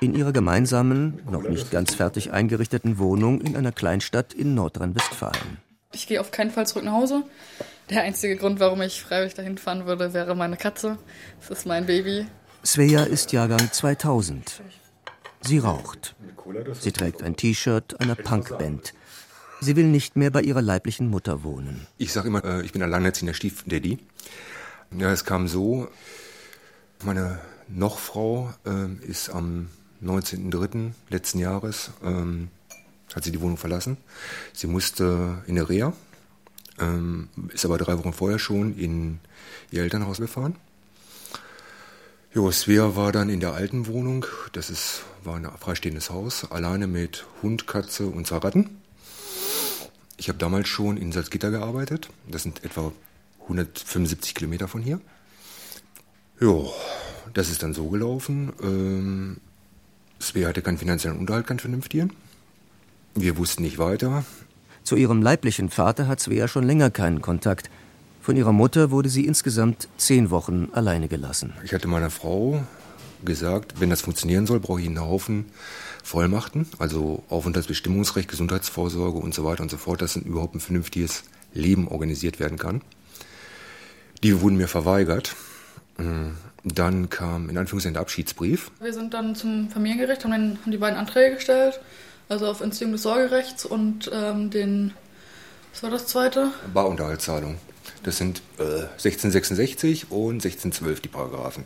in ihrer gemeinsamen, noch nicht ganz fertig eingerichteten Wohnung in einer Kleinstadt in Nordrhein-Westfalen. Ich gehe auf keinen Fall zurück nach Hause. Der einzige Grund, warum ich freiwillig dahin fahren würde, wäre meine Katze. Das ist mein Baby. Svea ist Jahrgang zweitausend. Sie raucht. Sie trägt ein T-Shirt einer Punkband. Sie will nicht mehr bei ihrer leiblichen Mutter wohnen. Ich sage immer, ich bin alleinerziehender Stiefdaddy. Ja, es kam so, meine Nochfrau äh, ist am neunzehnten dritten letzten Jahres, ähm, hat sie die Wohnung verlassen. Sie musste in eine Reha, ähm, ist aber drei Wochen vorher schon in ihr Elternhaus gefahren. Jo, Svea war dann in der alten Wohnung, das ist, war ein freistehendes Haus, alleine mit Hund, Katze und zwei Ratten. Ich habe damals schon in Salzgitter gearbeitet, das sind etwa hundertfünfundsiebzig Kilometer von hier. Jo, das ist dann so gelaufen. Ähm, Svea hatte keinen finanziellen Unterhalt, keinen vernünftigen. Wir wussten nicht weiter. Zu ihrem leiblichen Vater hat Svea schon länger keinen Kontakt. Von ihrer Mutter wurde sie insgesamt zehn Wochen alleine gelassen. Ich hatte meiner Frau gesagt, wenn das funktionieren soll, brauche ich einen Haufen Vollmachten, also Aufenthaltsbestimmungsrecht, Gesundheitsvorsorge und so weiter und so fort, dass überhaupt ein vernünftiges Leben organisiert werden kann. Die wurden mir verweigert. Dann kam in Anführungszeichen der Abschiedsbrief. Wir sind dann zum Familiengericht, haben, dann, haben die beiden Anträge gestellt, also auf Entziehung des Sorgerechts und ähm, den, was war das zweite? Barunterhaltszahlung. Das sind äh, sechzehnhundertsechsundsechzig und sechzehnhundertzwölf die Paragraphen.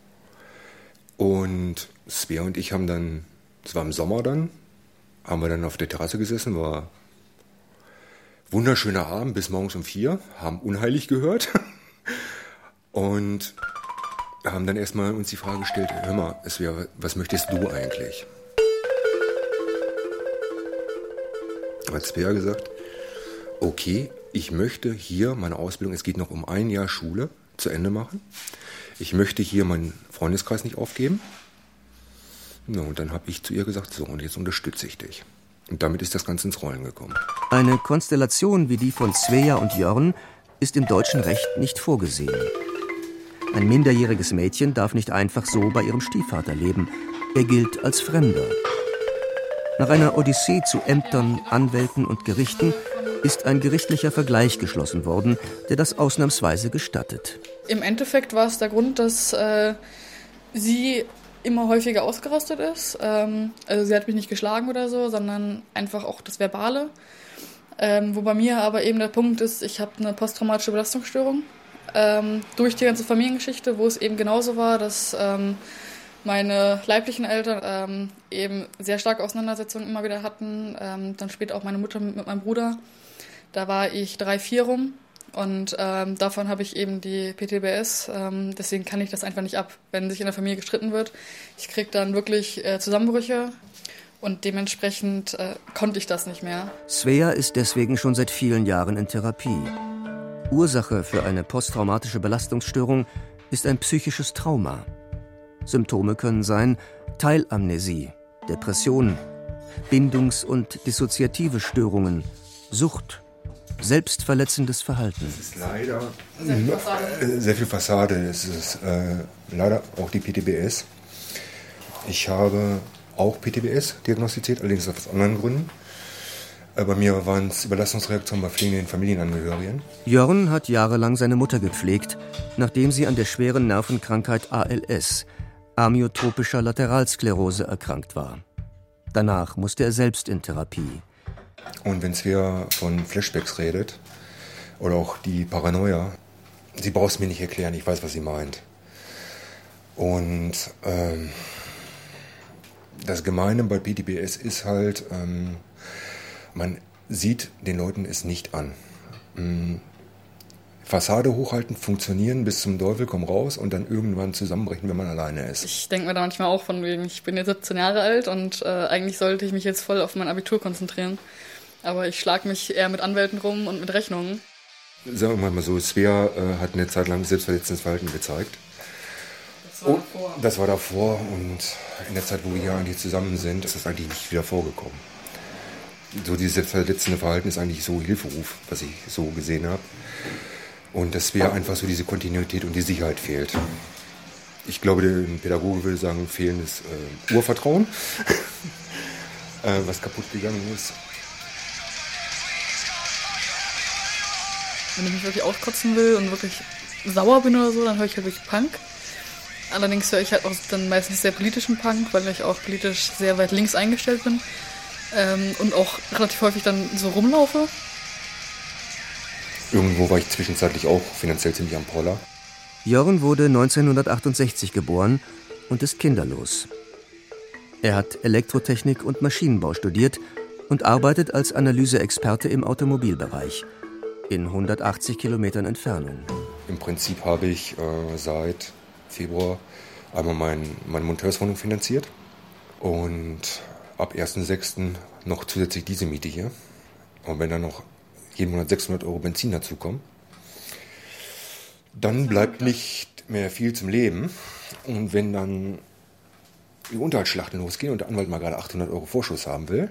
Und Svea und ich haben dann, das war im Sommer dann, haben wir dann auf der Terrasse gesessen, war wunderschöner Abend bis morgens um vier, haben unheilig gehört und haben dann erstmal uns die Frage gestellt, hör mal, Svea, was möchtest du eigentlich? Hat Svea gesagt, okay, ich möchte hier meine Ausbildung, es geht noch um ein Jahr Schule, zu Ende machen. Ich möchte hier meinen Freundeskreis nicht aufgeben. No, und dann habe ich zu ihr gesagt, so, und jetzt unterstütze ich dich. Und damit ist das Ganze ins Rollen gekommen. Eine Konstellation wie die von Svea und Jörn ist im deutschen Recht nicht vorgesehen. Ein minderjähriges Mädchen darf nicht einfach so bei ihrem Stiefvater leben. Er gilt als Fremder. Nach einer Odyssee zu Ämtern, Anwälten und Gerichten ist ein gerichtlicher Vergleich geschlossen worden, der das ausnahmsweise gestattet. Im Endeffekt war es der Grund, dass äh, sie immer häufiger ausgerastet ist. Ähm, also sie hat mich nicht geschlagen oder so, sondern einfach auch das Verbale. Ähm, wo bei mir aber eben der Punkt ist, ich habe eine posttraumatische Belastungsstörung. Ähm, durch die ganze Familiengeschichte, wo es eben genauso war, dass ähm, meine leiblichen Eltern ähm, eben sehr starke Auseinandersetzungen immer wieder hatten. Ähm, dann später auch meine Mutter mit, mit meinem Bruder. Da war ich drei, vier rum und ähm, davon habe ich eben die P T B S. Ähm, deswegen kann ich das einfach nicht ab, wenn sich in der Familie gestritten wird. Ich kriege dann wirklich äh, Zusammenbrüche und dementsprechend äh, konnte ich das nicht mehr. Svea ist deswegen schon seit vielen Jahren in Therapie. Ursache für eine posttraumatische Belastungsstörung ist ein psychisches Trauma. Symptome können sein Teilamnesie, Depression, Bindungs- und dissoziative Störungen, Sucht, selbstverletzendes Verhalten. Das ist leider sehr viel Fassade. Sehr viel Fassade. Das ist äh, leider auch die P T B S. Ich habe auch P T B S diagnostiziert, allerdings aus anderen Gründen. Bei mir waren es Überlastungsreaktionen bei pflegenden Familienangehörigen. Jörn hat jahrelang seine Mutter gepflegt, nachdem sie an der schweren Nervenkrankheit A L S, amyotropischer Lateralsklerose, erkrankt war. Danach musste er selbst in Therapie. Und wenn Svea von Flashbacks redet, oder auch die Paranoia, sie braucht es mir nicht erklären, ich weiß, was sie meint. Und ähm, das Gemeine bei P T B S ist halt, ähm, man sieht den Leuten es nicht an. Ähm, Fassade hochhalten, funktionieren bis zum Teufel, komm raus und dann irgendwann zusammenbrechen, wenn man alleine ist. Ich denke mir da manchmal auch von wegen, ich bin jetzt siebzehn Jahre alt und äh, eigentlich sollte ich mich jetzt voll auf mein Abitur konzentrieren. Aber ich schlage mich eher mit Anwälten rum und mit Rechnungen. Sagen wir mal so, Svea äh, hat eine Zeit lang selbstverletzendes Verhalten gezeigt. Das war oh, davor. Das war davor und in der Zeit, wo wir hier eigentlich zusammen sind, ist das eigentlich nicht wieder vorgekommen. So dieses selbstverletzende Verhalten ist eigentlich so Hilferuf, was ich so gesehen habe. Und das wäre einfach so diese Kontinuität und die Sicherheit fehlt. Ich glaube, der Pädagoge würde sagen, fehlendes äh, Urvertrauen, äh, was kaputt gegangen ist. Wenn ich mich wirklich auskotzen will und wirklich sauer bin oder so, dann höre ich halt wirklich Punk. Allerdings höre ich halt auch dann meistens sehr politischen Punk, weil ich auch politisch sehr weit links eingestellt bin ähm, und auch relativ häufig dann so rumlaufe. Irgendwo war ich zwischenzeitlich auch finanziell ziemlich am Poller. Jörn wurde neunzehnhundertachtundsechzig geboren und ist kinderlos. Er hat Elektrotechnik und Maschinenbau studiert und arbeitet als Analyseexperte im Automobilbereich in hundertachtzig Kilometern Entfernung. Im Prinzip habe ich äh, seit Februar einmal mein, meine Monteurswohnung finanziert und ab ersten sechsten noch zusätzlich diese Miete hier. Und wenn dann noch jeden Monat sechshundert Euro Benzin dazukommen, dann bleibt nicht mehr viel zum Leben. Und wenn dann die Unterhaltsschlachten losgehen und der Anwalt mal gerade achthundert Euro Vorschuss haben will,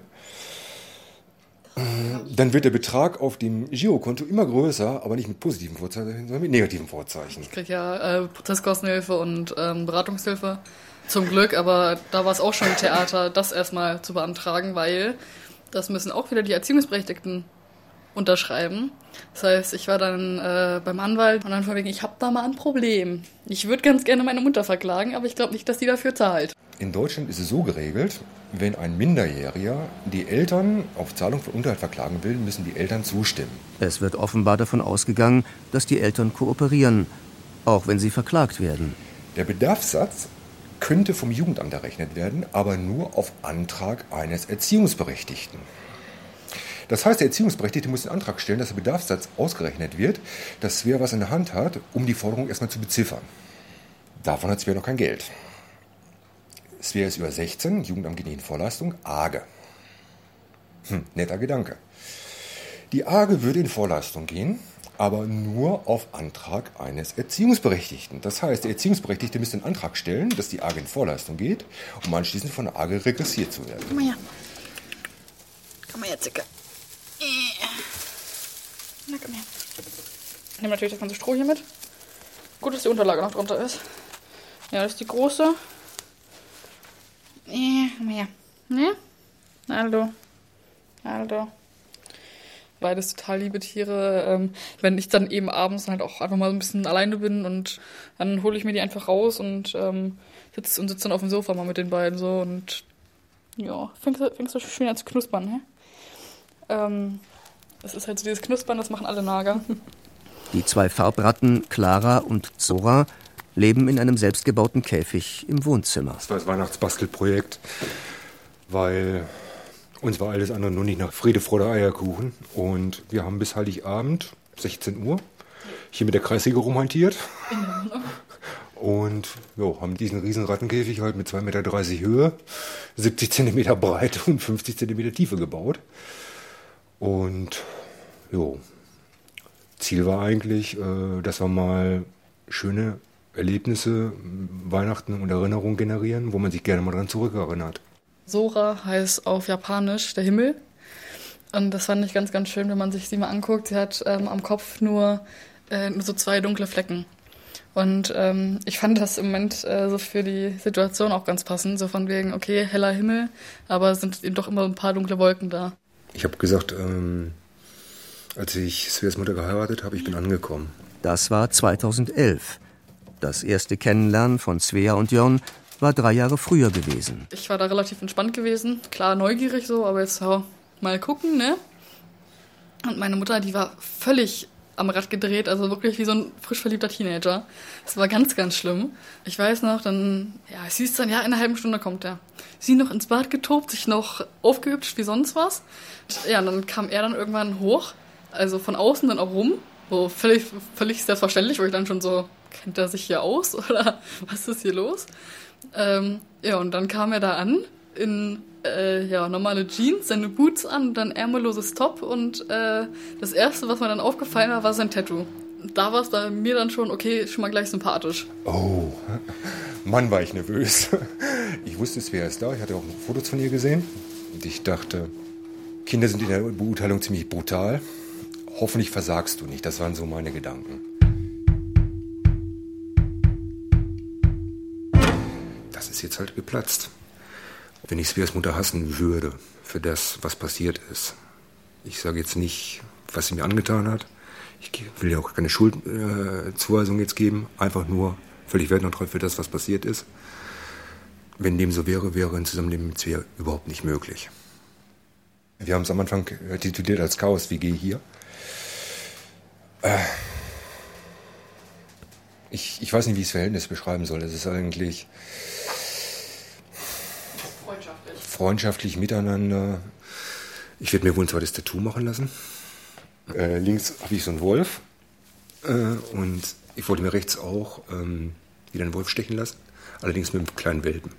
dann wird der Betrag auf dem Girokonto immer größer, aber nicht mit positiven Vorzeichen, sondern mit negativen Vorzeichen. Ich kriege ja äh, Prozesskostenhilfe und ähm, Beratungshilfe, zum Glück, aber da war es auch schon Theater, das erstmal zu beantragen, weil das müssen auch wieder die Erziehungsberechtigten unterschreiben. Das heißt, ich war dann äh, beim Anwalt und dann von wegen, ich habe da mal ein Problem. Ich würde ganz gerne meine Mutter verklagen, aber ich glaube nicht, dass die dafür zahlt. In Deutschland ist es so geregelt, wenn ein Minderjähriger die Eltern auf Zahlung von Unterhalt verklagen will, müssen die Eltern zustimmen. Es wird offenbar davon ausgegangen, dass die Eltern kooperieren, auch wenn sie verklagt werden. Der Bedarfssatz könnte vom Jugendamt errechnet werden, aber nur auf Antrag eines Erziehungsberechtigten. Das heißt, der Erziehungsberechtigte muss den Antrag stellen, dass der Bedarfssatz ausgerechnet wird, dass Svea was in der Hand hat, um die Forderung erstmal zu beziffern. Davon hat Svea noch kein Geld. Svea ist über sechzehn, Jugendamt geht nicht in Vorleistung, AGE. Hm, netter Gedanke. Die AGE würde in Vorleistung gehen, aber nur auf Antrag eines Erziehungsberechtigten. Das heißt, der Erziehungsberechtigte müsste einen Antrag stellen, dass die AGE in Vorleistung geht, um anschließend von der AGE regressiert zu werden. Komm mal her. Komm mal her, Zicke. Na, komm her. Ich nehme natürlich das ganze Stroh hier mit. Gut, dass die Unterlage noch drunter ist. Ja, das ist die große. Komm mal her. Ne? Aldo. Aldo. Beides total liebe Tiere. Ähm, wenn ich dann eben abends halt auch einfach mal so ein bisschen alleine bin und dann hole ich mir die einfach raus und ähm, sitze und sitze dann auf dem Sofa mal mit den beiden so und ja, fängst du, fängst du schön an zu knuspern, ne? Ähm, das ist halt so dieses Knuspern, das machen alle Nager. Die zwei Farbratten Clara und Zora leben in einem selbstgebauten Käfig im Wohnzimmer. Das war das Weihnachtsbastelprojekt, weil uns war alles andere nur nicht nach Friede, Freude, Eierkuchen. Und wir haben bis Heiligabend, sechzehn Uhr, hier mit der Kreissäge rumhantiert. Und jo, haben diesen riesen Rattenkäfig halt mit zwei Meter dreißig Höhe, siebzig Zentimeter Breite und fünfzig Zentimeter Tiefe gebaut. Und jo, Ziel war eigentlich, äh, dass wir mal schöne Erlebnisse, Weihnachten und Erinnerungen generieren, wo man sich gerne mal dran zurückerinnert. Sora heißt auf Japanisch der Himmel. Und das fand ich ganz, ganz schön, wenn man sich sie mal anguckt. Sie hat ähm, am Kopf nur, äh, nur so zwei dunkle Flecken. Und ähm, ich fand das im Moment äh, so für die Situation auch ganz passend. So von wegen, okay, heller Himmel, aber es sind eben doch immer ein paar dunkle Wolken da. Ich habe gesagt, ähm, als ich Sveas Mutter geheiratet habe, ich bin angekommen. Das war zweitausendelf. Das erste Kennenlernen von Svea und Jörn war drei Jahre früher gewesen. Ich war da relativ entspannt gewesen. Klar, neugierig so, aber jetzt ja, mal gucken, ne? Und meine Mutter, die war völlig am Rad gedreht, also wirklich wie so ein frisch verliebter Teenager. Das war ganz, ganz schlimm. Ich weiß noch, dann, ja, es hieß dann, ja, in einer halben Stunde kommt er. Sie noch ins Bad getobt, sich noch aufgehübscht wie sonst was. Und, ja, und dann kam er dann irgendwann hoch, also von außen dann auch rum, so völlig, völlig selbstverständlich, wo ich dann schon so, kennt er sich hier aus oder was ist hier los? Ähm, ja, und dann kam er da an in äh, ja, normale Jeans, seine Boots an, dann ärmelloses Top und äh, das Erste, was mir dann aufgefallen war, war sein Tattoo. Da war es bei mir dann schon, okay, schon mal gleich sympathisch. Oh, Mann, war ich nervös. Ich wusste, es wäre es da. Ich hatte auch noch Fotos von ihr gesehen. Und ich dachte, Kinder sind in der Beurteilung ziemlich brutal. Hoffentlich versagst du nicht. Das waren so meine Gedanken. ist jetzt halt geplatzt. Wenn ich Sveas Mutter hassen würde für das, was passiert ist. Ich sage jetzt nicht, was sie mir angetan hat. Ich will ja auch keine Schuldzuweisung äh, jetzt geben. Einfach nur völlig wertneutral für das, was passiert ist. Wenn dem so wäre, wäre ein Zusammenleben mit Svea überhaupt nicht möglich. Wir haben es am Anfang tituliert als Chaos-W G hier. Äh, ich, ich weiß nicht, wie ich das Verhältnis beschreiben soll. Es ist eigentlich freundschaftlich, freundschaftlich miteinander. Ich werde mir wohl ein zweites Tattoo machen lassen. Äh, links habe ich so einen Wolf. Äh, und ich wollte mir rechts auch ähm, wieder einen Wolf stechen lassen. Allerdings mit einem kleinen Welpen.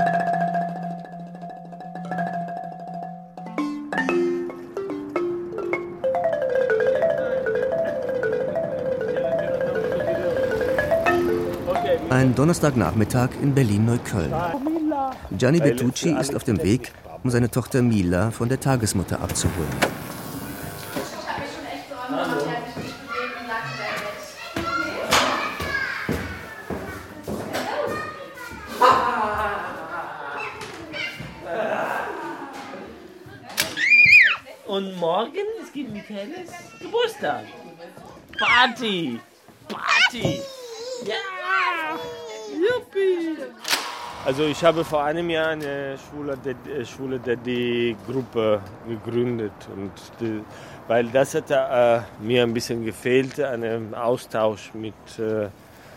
Ein Donnerstagnachmittag in Berlin-Neukölln. Gianni Bertucci ist auf dem Weg, um seine Tochter Mila von der Tagesmutter abzuholen. Und morgen ist Michaelis Geburtstag. Party! Party! Ja! Juppie! Also ich habe vor einem Jahr eine schwule, schwule Daddy-Gruppe gegründet. Und die, weil das hat äh, mir ein bisschen gefehlt, einen Austausch mit äh,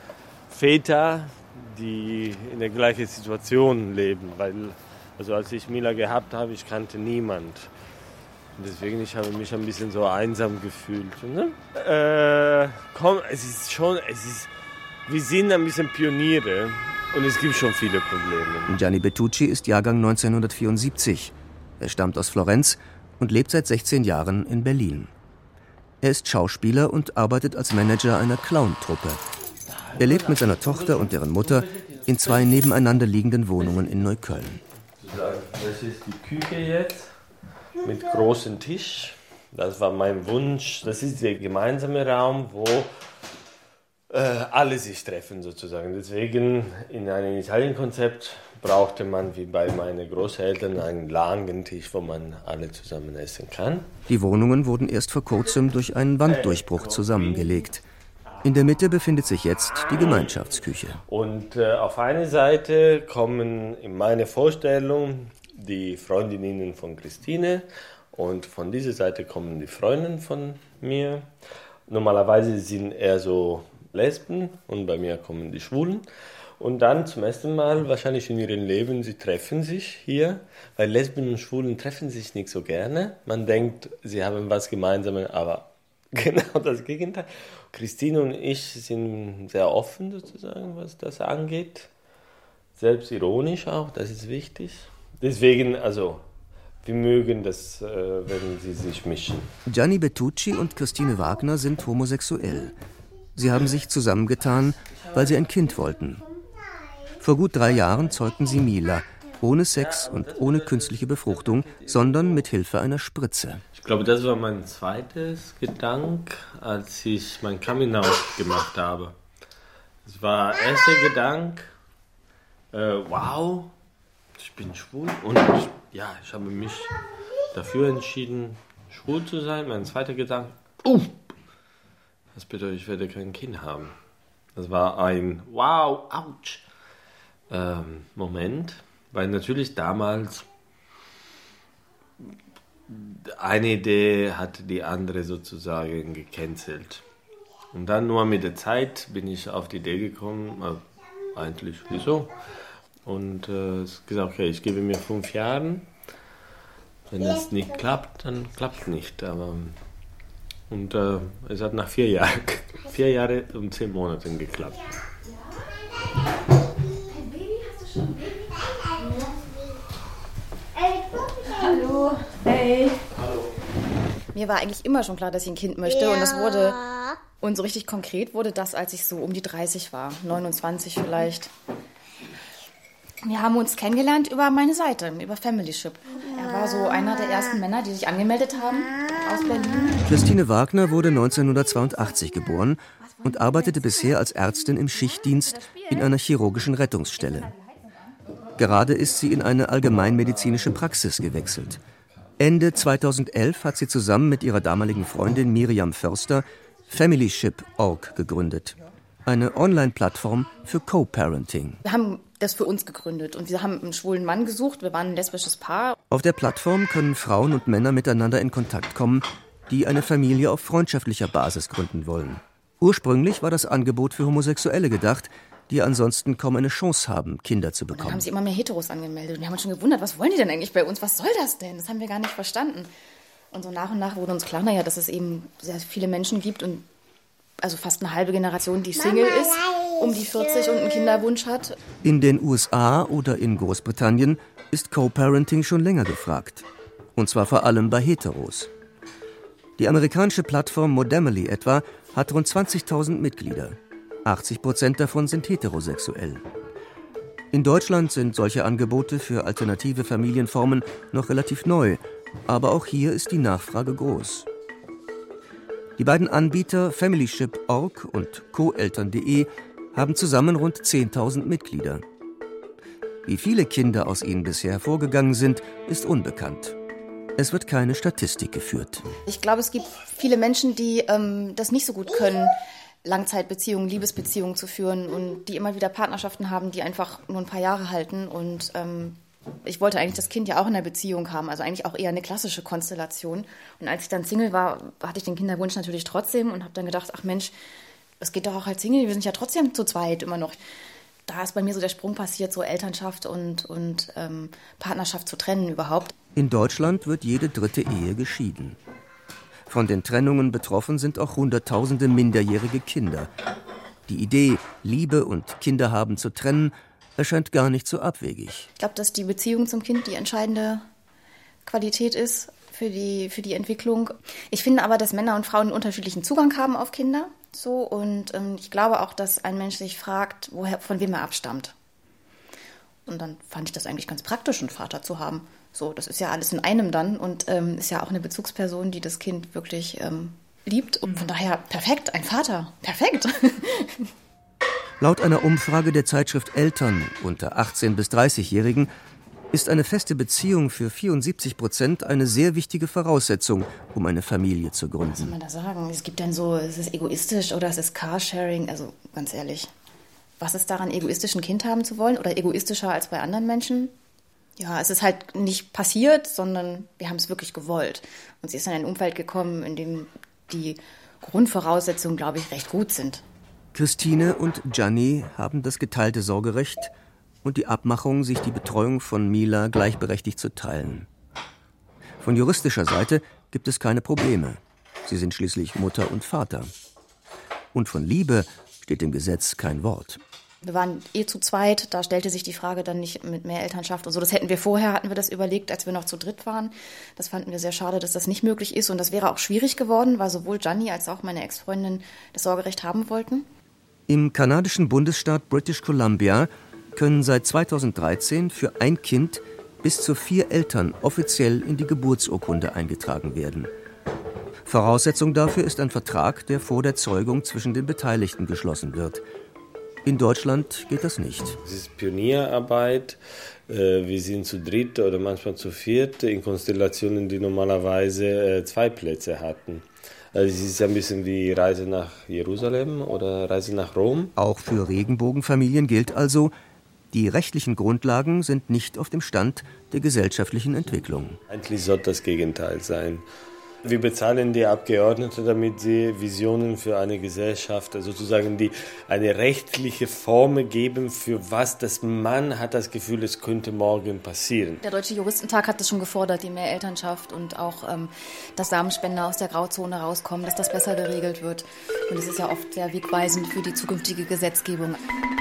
Vätern, die in der gleichen Situation leben. Weil, also als ich Mila gehabt habe, ich kannte niemand. Und deswegen ich habe mich ein bisschen so einsam gefühlt. Ne? Äh, komm, es ist schon, es ist, wir sind ein bisschen Pioniere und es gibt schon viele Probleme. Gianni Bertucci ist Jahrgang neunzehnhundertvierundsiebzig. Er stammt aus Florenz und lebt seit sechzehn Jahren in Berlin. Er ist Schauspieler und arbeitet als Manager einer Clown-Truppe. Er lebt mit seiner Tochter und deren Mutter in zwei nebeneinander liegenden Wohnungen in Neukölln. Das ist die Küche jetzt. Mit großem Tisch. Das war mein Wunsch. Das ist der gemeinsame Raum, wo äh, alle sich treffen sozusagen. Deswegen in einem Italien-Konzept brauchte man wie bei meinen Großeltern einen langen Tisch, wo man alle zusammen essen kann. Die Wohnungen wurden erst vor kurzem durch einen Wanddurchbruch zusammengelegt. In der Mitte befindet sich jetzt die Gemeinschaftsküche. Und äh, auf einer Seite kommen in meine Vorstellung die Freundinnen von Christine und von dieser Seite kommen die Freundinnen von mir. Normalerweise sind eher so Lesben und bei mir kommen die Schwulen. Und dann zum ersten Mal wahrscheinlich in ihrem Leben, sie treffen sich hier, weil Lesben und Schwulen treffen sich nicht so gerne. Man denkt, sie haben was Gemeinsames, aber genau das Gegenteil. Christine und ich sind sehr offen sozusagen, was das angeht. Selbstironisch auch, das ist wichtig. Deswegen, also, wir mögen das, äh, wenn sie sich mischen. Gianni Bertucci und Christine Wagner sind homosexuell. Sie haben sich zusammengetan, weil sie ein Kind wollten. Vor gut drei Jahren zeugten sie Mila, ohne Sex und ohne künstliche Befruchtung, sondern mit Hilfe einer Spritze. Ich glaube, das war mein zweites Gedanke, als ich mein Coming-out gemacht habe. Das war der erste Gedanke, äh, wow, ich bin schwul und ich, ja, ich habe mich dafür entschieden, schwul zu sein. Mein zweiter Gedanke, uh, das bedeutet, ich werde kein Kind haben. Das war ein wow, ouch ähm, Moment, weil natürlich damals eine Idee hat die andere sozusagen gecancelt. Und dann nur mit der Zeit bin ich auf die Idee gekommen, äh, eigentlich wieso? Und äh, gesagt, okay, ich gebe mir fünf Jahre. Wenn es nicht klappt, dann klappt es nicht. Aber, und äh, es hat nach vier Jahren, vier Jahre und zehn Monaten geklappt. Hallo. Hey. Hallo. Mir war eigentlich immer schon klar, dass ich ein Kind möchte. Ja. Und das wurde, und so richtig konkret wurde das, als ich so um die dreißig war, neunundzwanzig vielleicht. Wir haben uns kennengelernt über meine Seite, über Familyship. Er war so einer der ersten Männer, die sich angemeldet haben aus Berlin. Christine Wagner wurde neunzehnhundertzweiundachtzig geboren und arbeitete bisher als Ärztin im Schichtdienst in einer chirurgischen Rettungsstelle. Gerade ist sie in eine allgemeinmedizinische Praxis gewechselt. Ende zweitausendelf hat sie zusammen mit ihrer damaligen Freundin Miriam Förster Familyship Punkt org gegründet. Eine Online-Plattform für Co-Parenting. Wir haben das für uns gegründet und wir haben einen schwulen Mann gesucht. Wir waren ein lesbisches Paar. Auf der Plattform können Frauen und Männer miteinander in Kontakt kommen, die eine Familie auf freundschaftlicher Basis gründen wollen. Ursprünglich war das Angebot für Homosexuelle gedacht, die ansonsten kaum eine Chance haben, Kinder zu bekommen. Und dann haben sich immer mehr Heteros angemeldet und wir haben uns schon gewundert, was wollen die denn eigentlich bei uns? Was soll das denn? Das haben wir gar nicht verstanden. Und so nach und nach wurde uns klar, naja, dass es eben sehr viele Menschen gibt und also fast eine halbe Generation, die Single Mama ist, um die vierzig und einen Kinderwunsch hat. In den U S A oder in Großbritannien ist Co-Parenting schon länger gefragt. Und zwar vor allem bei Heteros. Die amerikanische Plattform Modemily etwa hat rund zwanzigtausend Mitglieder. achtzig Prozent davon sind heterosexuell. In Deutschland sind solche Angebote für alternative Familienformen noch relativ neu, aber auch hier ist die Nachfrage groß. Die beiden Anbieter Familyship Punkt org und coeltern punkt de haben zusammen rund zehntausend Mitglieder. Wie viele Kinder aus ihnen bisher hervorgegangen sind, ist unbekannt. Es wird keine Statistik geführt. Ich glaube, es gibt viele Menschen, die ähm, das nicht so gut können, Langzeitbeziehungen, Liebesbeziehungen zu führen und die immer wieder Partnerschaften haben, die einfach nur ein paar Jahre halten. Und ähm, ich wollte eigentlich das Kind ja auch in einer Beziehung haben, also eigentlich auch eher eine klassische Konstellation. Und als ich dann Single war, hatte ich den Kinderwunsch natürlich trotzdem und habe dann gedacht, ach Mensch, es geht doch auch als Single, wir sind ja trotzdem zu zweit immer noch. Da ist bei mir so der Sprung passiert, so Elternschaft und, und ähm, Partnerschaft zu trennen überhaupt. In Deutschland wird jede dritte Ehe geschieden. Von den Trennungen betroffen sind auch Hunderttausende minderjährige Kinder. Die Idee, Liebe und Kinder haben zu trennen, erscheint gar nicht so abwegig. Ich glaube, dass die Beziehung zum Kind die entscheidende Qualität ist für die, für die Entwicklung. Ich finde aber, dass Männer und Frauen einen unterschiedlichen Zugang haben auf Kinder. So, und ähm, ich glaube auch, dass ein Mensch sich fragt, woher, von wem er abstammt. Und dann fand ich das eigentlich ganz praktisch, einen Vater zu haben. So, das ist ja alles in einem dann und ähm, ist ja auch eine Bezugsperson, die das Kind wirklich ähm, liebt. Und von daher perfekt, ein Vater, perfekt. Laut einer Umfrage der Zeitschrift Eltern unter achtzehn- bis dreißigjährigen ist eine feste Beziehung für vierundsiebzig Prozent eine sehr wichtige Voraussetzung, um eine Familie zu gründen. Was soll man da sagen? Es gibt dann so, es ist egoistisch oder es ist Carsharing. Also ganz ehrlich, was ist daran, egoistisch ein Kind haben zu wollen oder egoistischer als bei anderen Menschen? Ja, es ist halt nicht passiert, sondern wir haben es wirklich gewollt. Und sie ist in ein Umfeld gekommen, in dem die Grundvoraussetzungen, glaube ich, recht gut sind. Christine und Gianni haben das geteilte Sorgerecht und die Abmachung, sich die Betreuung von Mila gleichberechtigt zu teilen. Von juristischer Seite gibt es keine Probleme. Sie sind schließlich Mutter und Vater. Und von Liebe steht im Gesetz kein Wort. Wir waren eh zu zweit, da stellte sich die Frage dann nicht mit mehr Elternschaft und so. Das hätten wir vorher, hatten wir das überlegt, als wir noch zu dritt waren. Das fanden wir sehr schade, dass das nicht möglich ist und das wäre auch schwierig geworden, weil sowohl Gianni als auch meine Ex-Freundin das Sorgerecht haben wollten. Im kanadischen Bundesstaat British Columbia können seit zweitausenddreizehn für ein Kind bis zu vier Eltern offiziell in die Geburtsurkunde eingetragen werden. Voraussetzung dafür ist ein Vertrag, der vor der Zeugung zwischen den Beteiligten geschlossen wird. In Deutschland geht das nicht. Es ist Pionierarbeit. Wir sind zu dritt oder manchmal zu viert in Konstellationen, die normalerweise zwei Plätze hatten. Also es ist ein bisschen wie Reise nach Jerusalem oder Reise nach Rom. Auch für Regenbogenfamilien gilt also, die rechtlichen Grundlagen sind nicht auf dem Stand der gesellschaftlichen Entwicklung. Eigentlich sollte das Gegenteil sein. Wir bezahlen die Abgeordneten, damit sie Visionen für eine Gesellschaft, sozusagen die eine rechtliche Form geben, für was das Mann hat das Gefühl, es könnte morgen passieren. Der Deutsche Juristentag hat das schon gefordert, die Mehrelternschaft und auch, ähm, dass Samenspender aus der Grauzone rauskommen, dass das besser geregelt wird. Und das ist ja oft sehr wegweisend für die zukünftige Gesetzgebung.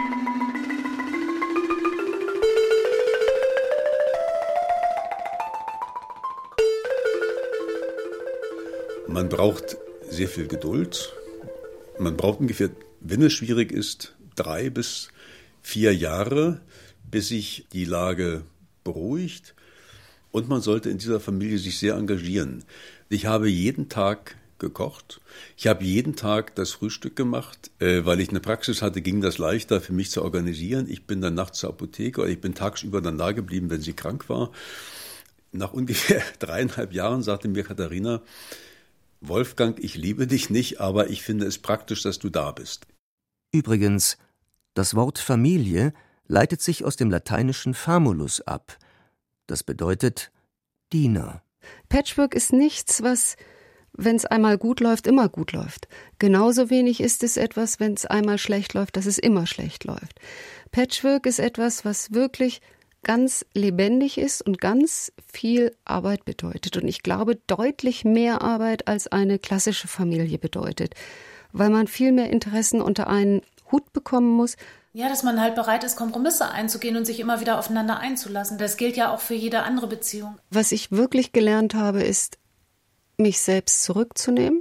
Man braucht sehr viel Geduld. Man braucht ungefähr, wenn es schwierig ist, drei bis vier Jahre, bis sich die Lage beruhigt. Und man sollte in dieser Familie sich sehr engagieren. Ich habe jeden Tag gekocht. Ich habe jeden Tag das Frühstück gemacht. Äh, weil ich eine Praxis hatte, ging das leichter für mich zu organisieren. Ich bin dann nachts zur Apotheke oder ich bin tagsüber dann da geblieben, wenn sie krank war. Nach ungefähr dreieinhalb Jahren sagte mir Katharina: Wolfgang, ich liebe dich nicht, aber ich finde es praktisch, dass du da bist. Übrigens, das Wort Familie leitet sich aus dem lateinischen famulus ab. Das bedeutet Diener. Patchwork ist nichts, was, wenn es einmal gut läuft, immer gut läuft. Genauso wenig ist es etwas, wenn es einmal schlecht läuft, dass es immer schlecht läuft. Patchwork ist etwas, was wirklich ganz lebendig ist und ganz viel Arbeit bedeutet. Und ich glaube, deutlich mehr Arbeit als eine klassische Familie bedeutet, weil man viel mehr Interessen unter einen Hut bekommen muss. Ja, dass man halt bereit ist, Kompromisse einzugehen und sich immer wieder aufeinander einzulassen. Das gilt ja auch für jede andere Beziehung. Was ich wirklich gelernt habe, ist, mich selbst zurückzunehmen.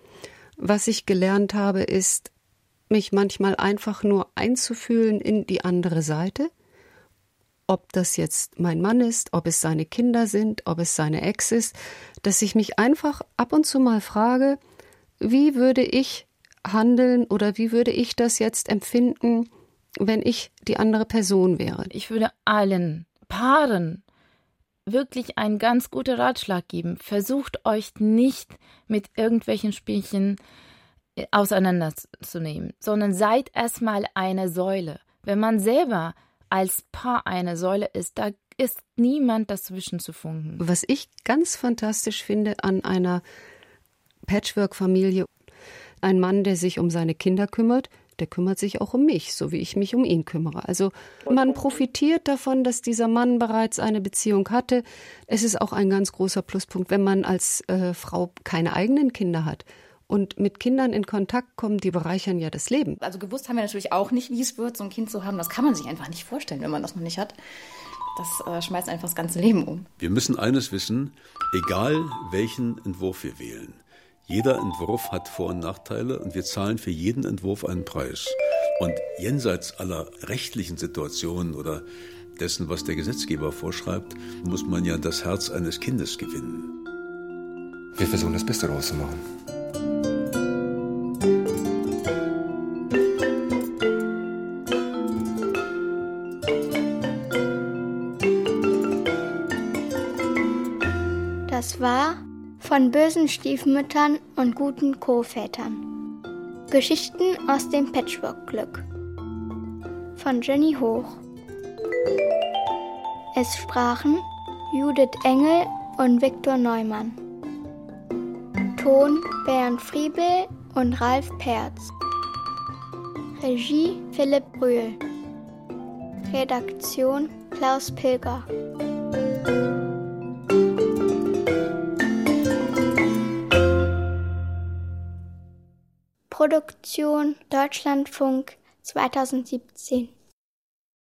Was ich gelernt habe, ist, mich manchmal einfach nur einzufühlen in die andere Seite. Ob das jetzt mein Mann ist, ob es seine Kinder sind, ob es seine Ex ist, dass ich mich einfach ab und zu mal frage, wie würde ich handeln oder wie würde ich das jetzt empfinden, wenn ich die andere Person wäre. Ich würde allen Paaren wirklich einen ganz guten Ratschlag geben. Versucht euch nicht mit irgendwelchen Spielchen auseinanderzunehmen, sondern seid erstmal eine Säule. Wenn man selber als Paar eine Säule ist, da ist niemand dazwischen zu funken. Was ich ganz fantastisch finde an einer Patchwork-Familie, ein Mann, der sich um seine Kinder kümmert, der kümmert sich auch um mich, so wie ich mich um ihn kümmere. Also man profitiert davon, dass dieser Mann bereits eine Beziehung hatte. Es ist auch ein ganz großer Pluspunkt, wenn man als äh, Frau keine eigenen Kinder hat und mit Kindern in Kontakt kommt, die bereichern ja das Leben. Also gewusst haben wir natürlich auch nicht, wie es wird, so ein Kind zu haben. Das kann man sich einfach nicht vorstellen, wenn man das noch nicht hat. Das äh, schmeißt einfach das ganze Leben um. Wir müssen eines wissen, egal welchen Entwurf wir wählen. Jeder Entwurf hat Vor- und Nachteile und wir zahlen für jeden Entwurf einen Preis. Und jenseits aller rechtlichen Situationen oder dessen, was der Gesetzgeber vorschreibt, muss man ja das Herz eines Kindes gewinnen. Wir versuchen das Beste daraus zu machen. Das war Von bösen Stiefmüttern und guten Co-Vätern. Geschichten aus dem Patchwork-Glück. Von Jenny Hoch. Es sprachen Judith Engel und Viktor Neumann. Ton Bernd Friebel und Ralf Perz. Regie Philipp Brühl. Redaktion Klaus Pilger. Produktion Deutschlandfunk zweitausendsiebzehn.